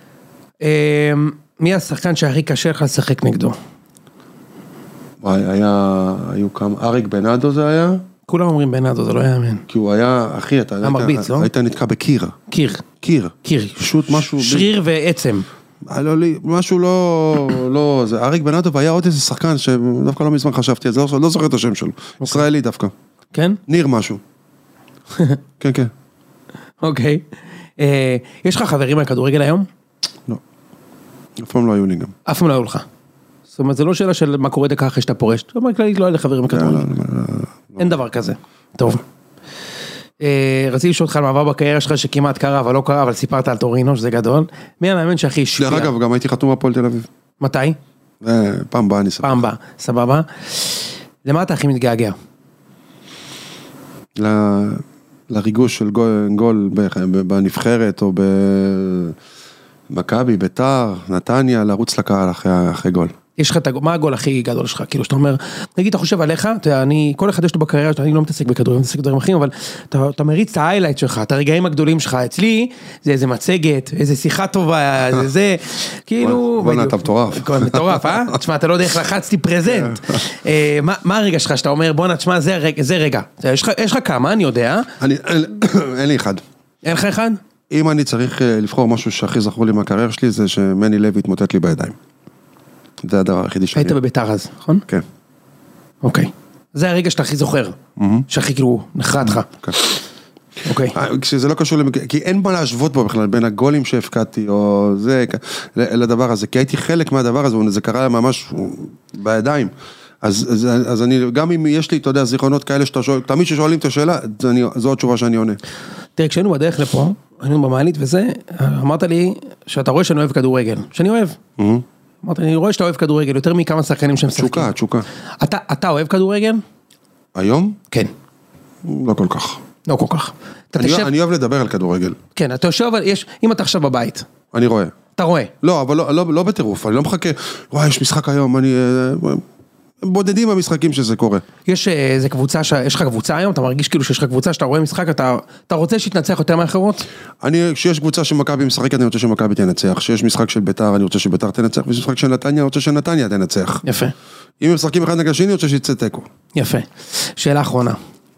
מי השחקן שהכי קשה לך לשחק נגדו? וואי, היה, היו כמה, אריק בנאדו זה היה? כולם אומרים בנאדו, זה לא יאמן. כי הוא היה, אחי, אתה מרביץ, לא? היית נתקע בקיר. קיר. קיר. קיר. פשוט משהו... שריר ועצם. משהו לא, לא, זה אריק בנאדו, והיה עוד איזה שחקן שדווקא לא מזמן חשבתי, אז לא זוכר את השם שלו. ישראלי דווקא. כן? ניר משהו. כן, כן. אוקיי. יש לך חברים מהכדורגל היום? לא. אף פעם לא היו לי גם. אף פעם לא היו לך. זאת אומרת, זה לא שאלה של מה קורה דקה אחרי שאתה פורש. זאת אומרת, כללית לא היה לחברים כדורגל. אין דבר כזה. טוב. רציתי לשאול אותך על מעבר בקריירה שלך שכמעט קרה, אבל לא קרה, אבל סיפרת על טורינו, שזה גדול. מי המאמן שהכי השפיע? דרך אגב, גם הייתי חתום בפועל תל אביב. מתי? פעם באה אני סבבה. פעם באה, סבבה. למה אתה הכי מתגעגע? לריגוש של גול בנבחרת, או במכבי, ביתר, נתניה, לרוץ לקהל אחרי גול. יש לך, מה הגול הכי גדול שלך? כאילו, שאתה אומר, נגיד, אתה חושב עליך, אני, כל אחד יש לו בקריירה, אני לא מתעסק בכדורים, אני מתעסק בדברים אחרים, אבל אתה, אתה מריץ את ההיילייט שלך, את הרגעים הגדולים שלך, אצלי, זה איזה מצגת, איזה שיחה טובה, זה זה, כאילו... בוא'נה, אתה מטורף. מטורף, אה? תשמע, אתה לא יודע איך לחצתי פרזנט. מה הרגע שלך, שאתה אומר, בוא'נה, תשמע, זה רגע. יש לך כמה, אני יודע. אין לי אחד. אין לך אחד? אם אני צריך לבחור משהו שהכי זכור לי מהקריירה שלי, זה שמני לוי התמוטט לי בידיים. זה הדבר היחידי שלי. היית בביתר אז, נכון? כן. אוקיי. זה הרגע שאתה הכי זוכר. שהכי כאילו נחרט לך. כן. אוקיי. כשזה לא קשור, כי אין מה להשוות בו בכלל, בין הגולים שהפקעתי, או זה, לדבר הזה. כי הייתי חלק מהדבר הזה, וזה קרה ממש בידיים. אז אני, גם אם יש לי, אתה יודע, זיכרונות כאלה שאתה שואל, תמיד ששואלים את השאלה, זו התשובה שאני עונה. תראה, כשהיינו בדרך לפה, היינו במעלית וזה, אמרת לי שאתה רואה שאני אוהב כדורגל. שאני אוהב. אמרת, אני רואה שאתה אוהב כדורגל, יותר מכמה שחקנים שהם שחקים. תשוקה, תשוקה. אתה, אתה אוהב כדורגל? היום? כן. לא כל כך. לא כל כך. אני, תשב... אני אוהב לדבר על כדורגל. כן, אתה יושב, יש, אם אתה עכשיו בבית. אני רואה. אתה רואה. לא, אבל לא, לא, לא בטירוף, אני לא מחכה, וואי, יש משחק היום, אני... בודדים במשחקים שזה קורה. יש איזה קבוצה, יש לך קבוצה היום, אתה מרגיש כאילו שיש לך קבוצה שאתה רואה משחק, אתה, אתה רוצה שתנצח יותר מאחרות? אני, כשיש קבוצה שמכבי משחקת, אני רוצה שמכבי תנצח. כשיש משחק של ביתר, אני רוצה שביתר תנצח. כשיש משחק של נתניה, אני רוצה שנתניה תנצח. יפה. אם הם משחקים אחד נגד השני, אני רוצה שיצא תיקו. יפה. שאלה אחרונה.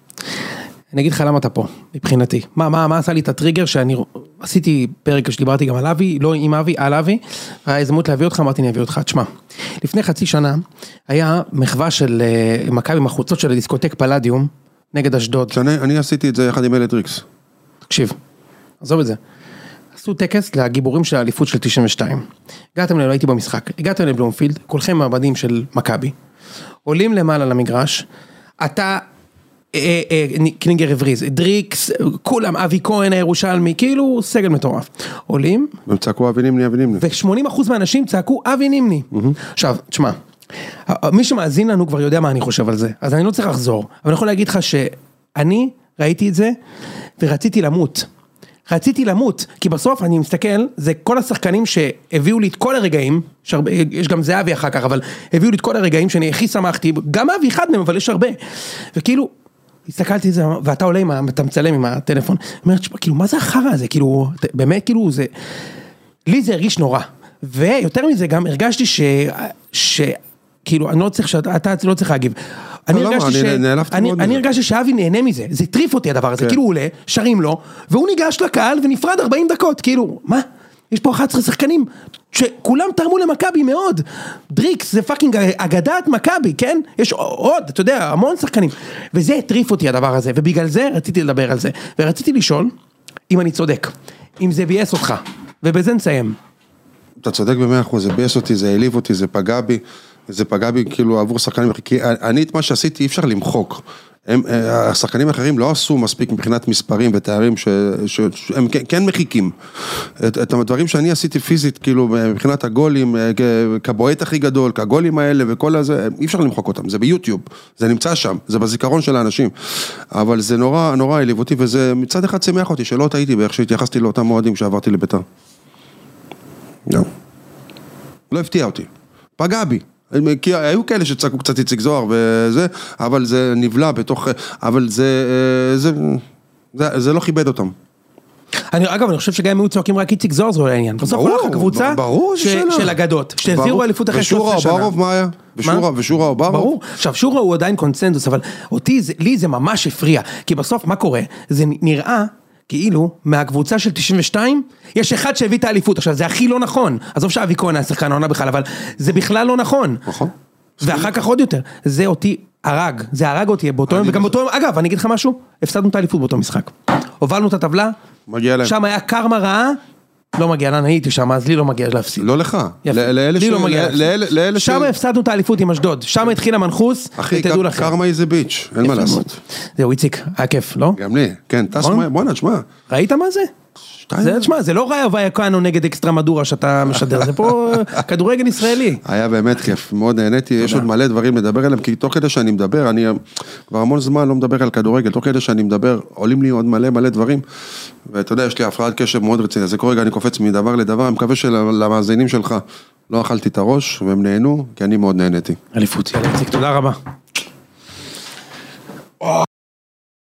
אני אגיד לך למה אתה פה, מבחינתי. מה, מה, מה עשה לי את הטריגר שאני עשיתי פרק שדיברתי גם על אבי, לא עם אבי, על אבי, היה הזדמנות להביא אותך, אמרתי אני אביא אותך, תשמע, לפני חצי שנה היה מחווה של מכבי עם החוצות של הדיסקוטק פלדיום, נגד אשדוד. שאני, אני עשיתי את זה יחד עם אלטריקס. תקשיב, עזוב את זה. עשו טקס לגיבורים של האליפות של תשעים ושתיים. הגעתם אלינו, הייתי במשחק, הגעתם לבלומפילד, כולכם מעבדים של מכבי, עולים למעלה למגרש, אתה קנינגר הבריז, דריקס, כולם, אבי כהן הירושלמי, כאילו סגל מטורף. עולים. והם צעקו אבי נימני, אבי נימני. ו-שמונים אחוז מהאנשים צעקו אבי נימני. עכשיו, תשמע, מי שמאזין לנו כבר יודע מה אני חושב על זה, אז אני לא צריך לחזור, אבל אני יכול להגיד לך שאני ראיתי את זה, ורציתי למות. רציתי למות, כי בסוף אני מסתכל, זה כל השחקנים שהביאו לי את כל הרגעים, יש גם זה אבי אחר כך, אבל הביאו לי את כל הרגעים שאני הכי שמחתי, גם אבי אחד מהם, אבל יש הרבה. וכאילו, הסתכלתי את זה, ואתה עולה, אתה מצלם עם הטלפון, אומרת, כאילו, מה זה החרא הזה? כאילו, באמת, כאילו, זה, לי זה הרגיש נורא. ויותר מזה גם הרגשתי ש, ש, כאילו, אני לא צריך, שאתה לא צריך להגיב. אני הרגשתי ש... אני הרגשתי שאבי נהנה מזה, זה טריף אותי הדבר הזה, כאילו הוא עולה, שרים לו, והוא ניגש לקהל ונפרד ארבעים דקות, כאילו, מה? יש פה אחת עשרה שחקנים שכולם תרמו למכבי מאוד, דריקס זה פאקינג אגדת מכבי, כן? יש עוד, אתה יודע, המון שחקנים, וזה טריף אותי הדבר הזה, ובגלל זה רציתי לדבר על זה, ורציתי לשאול אם אני צודק, אם זה בייס אותך, ובזה נסיים. אתה צודק במאה אחוז, זה בייס אותי, זה העליב אותי, זה פגע בי, זה פגע בי כאילו עבור שחקנים, כי אני את מה שעשיתי אי אפשר למחוק, הם, השחקנים האחרים לא עשו מספיק מבחינת מספרים ותארים שהם כן מחיקים, את, את הדברים שאני עשיתי פיזית, כאילו מבחינת הגולים, כבועט הכי גדול, כגולים האלה וכל הזה, אי אפשר למחוק אותם, זה ביוטיוב, זה נמצא שם, זה בזיכרון של האנשים, אבל זה נורא, נורא העליב אותי, וזה מצד אחד שמח אותי, שלא טעיתי באיך שהתייחסתי לאותם מועדים שעברתי לביתר. לא. לא הפתיע אותי. פגע בי. כי היו כאלה שצעקו קצת איציק זוהר וזה, אבל זה נבלע בתוך, אבל זה, זה, זה, זה לא כיבד אותם. אני, אגב, אני חושב שגם היו צועקים רק איציק זוהר, זה לא העניין. בסוף הולך הקבוצה של אגדות, שהחזירו אליפות אחרי שלוש עשרה שנה. ושורה או ברוב, מה היה? ושורה, ושורה או ברוב? ברור. עכשיו, שורה הוא עדיין קונצנזוס, אבל אותי, לי זה ממש הפריע, כי בסוף, מה קורה? זה נראה כאילו, מהקבוצה של תשעים ושתיים, יש אחד שהביא את האליפות. עכשיו, זה הכי לא נכון. עזוב שאבי כהן היה שחקן העונה בכלל, אבל זה בכלל לא נכון. נכון. ואחר כך עוד יותר. זה אותי הרג. זה הרג אותי באותו יום, וגם באותו יום, אגב, אני אגיד לך משהו, הפסדנו את האליפות באותו משחק. הובלנו את הטבלה, שם היה קרמה רעה, לא מגיע לנו, הייתי שם, אז לי לא מגיע להפסיד. לא לך. לי לא מגיע להפסיד. שם הפסדנו את האליפות עם אשדוד, שם התחיל המנחוס, ותדעו לכם. קרמה איזה ביץ', אין מה לעשות. זהו, איציק, היה כיף, לא? גם לי, כן, טס מה, בוא נשמע. ראית מה זה? זה, תשמע, זה לא ראיה ויקנו נגד אקסטרמדורה שאתה משדר, זה פה כדורגל ישראלי. היה באמת כיף, מאוד נהניתי, יש עוד מלא דברים לדבר עליהם, כי תוך כדי שאני מדבר, אני כבר המון זמן לא מדבר על כדורגל, תוך כדי שאני מדבר, עולים לי עוד מלא מלא דברים, ואתה יודע, יש לי הפרעת קשב מאוד רצינית, אז כל רגע אני קופץ מדבר לדבר, אני מקווה שלמאזינים שלך לא אכלתי את הראש, והם נהנו, כי אני מאוד נהניתי. אליפות, יאללה, איציק, תודה רבה.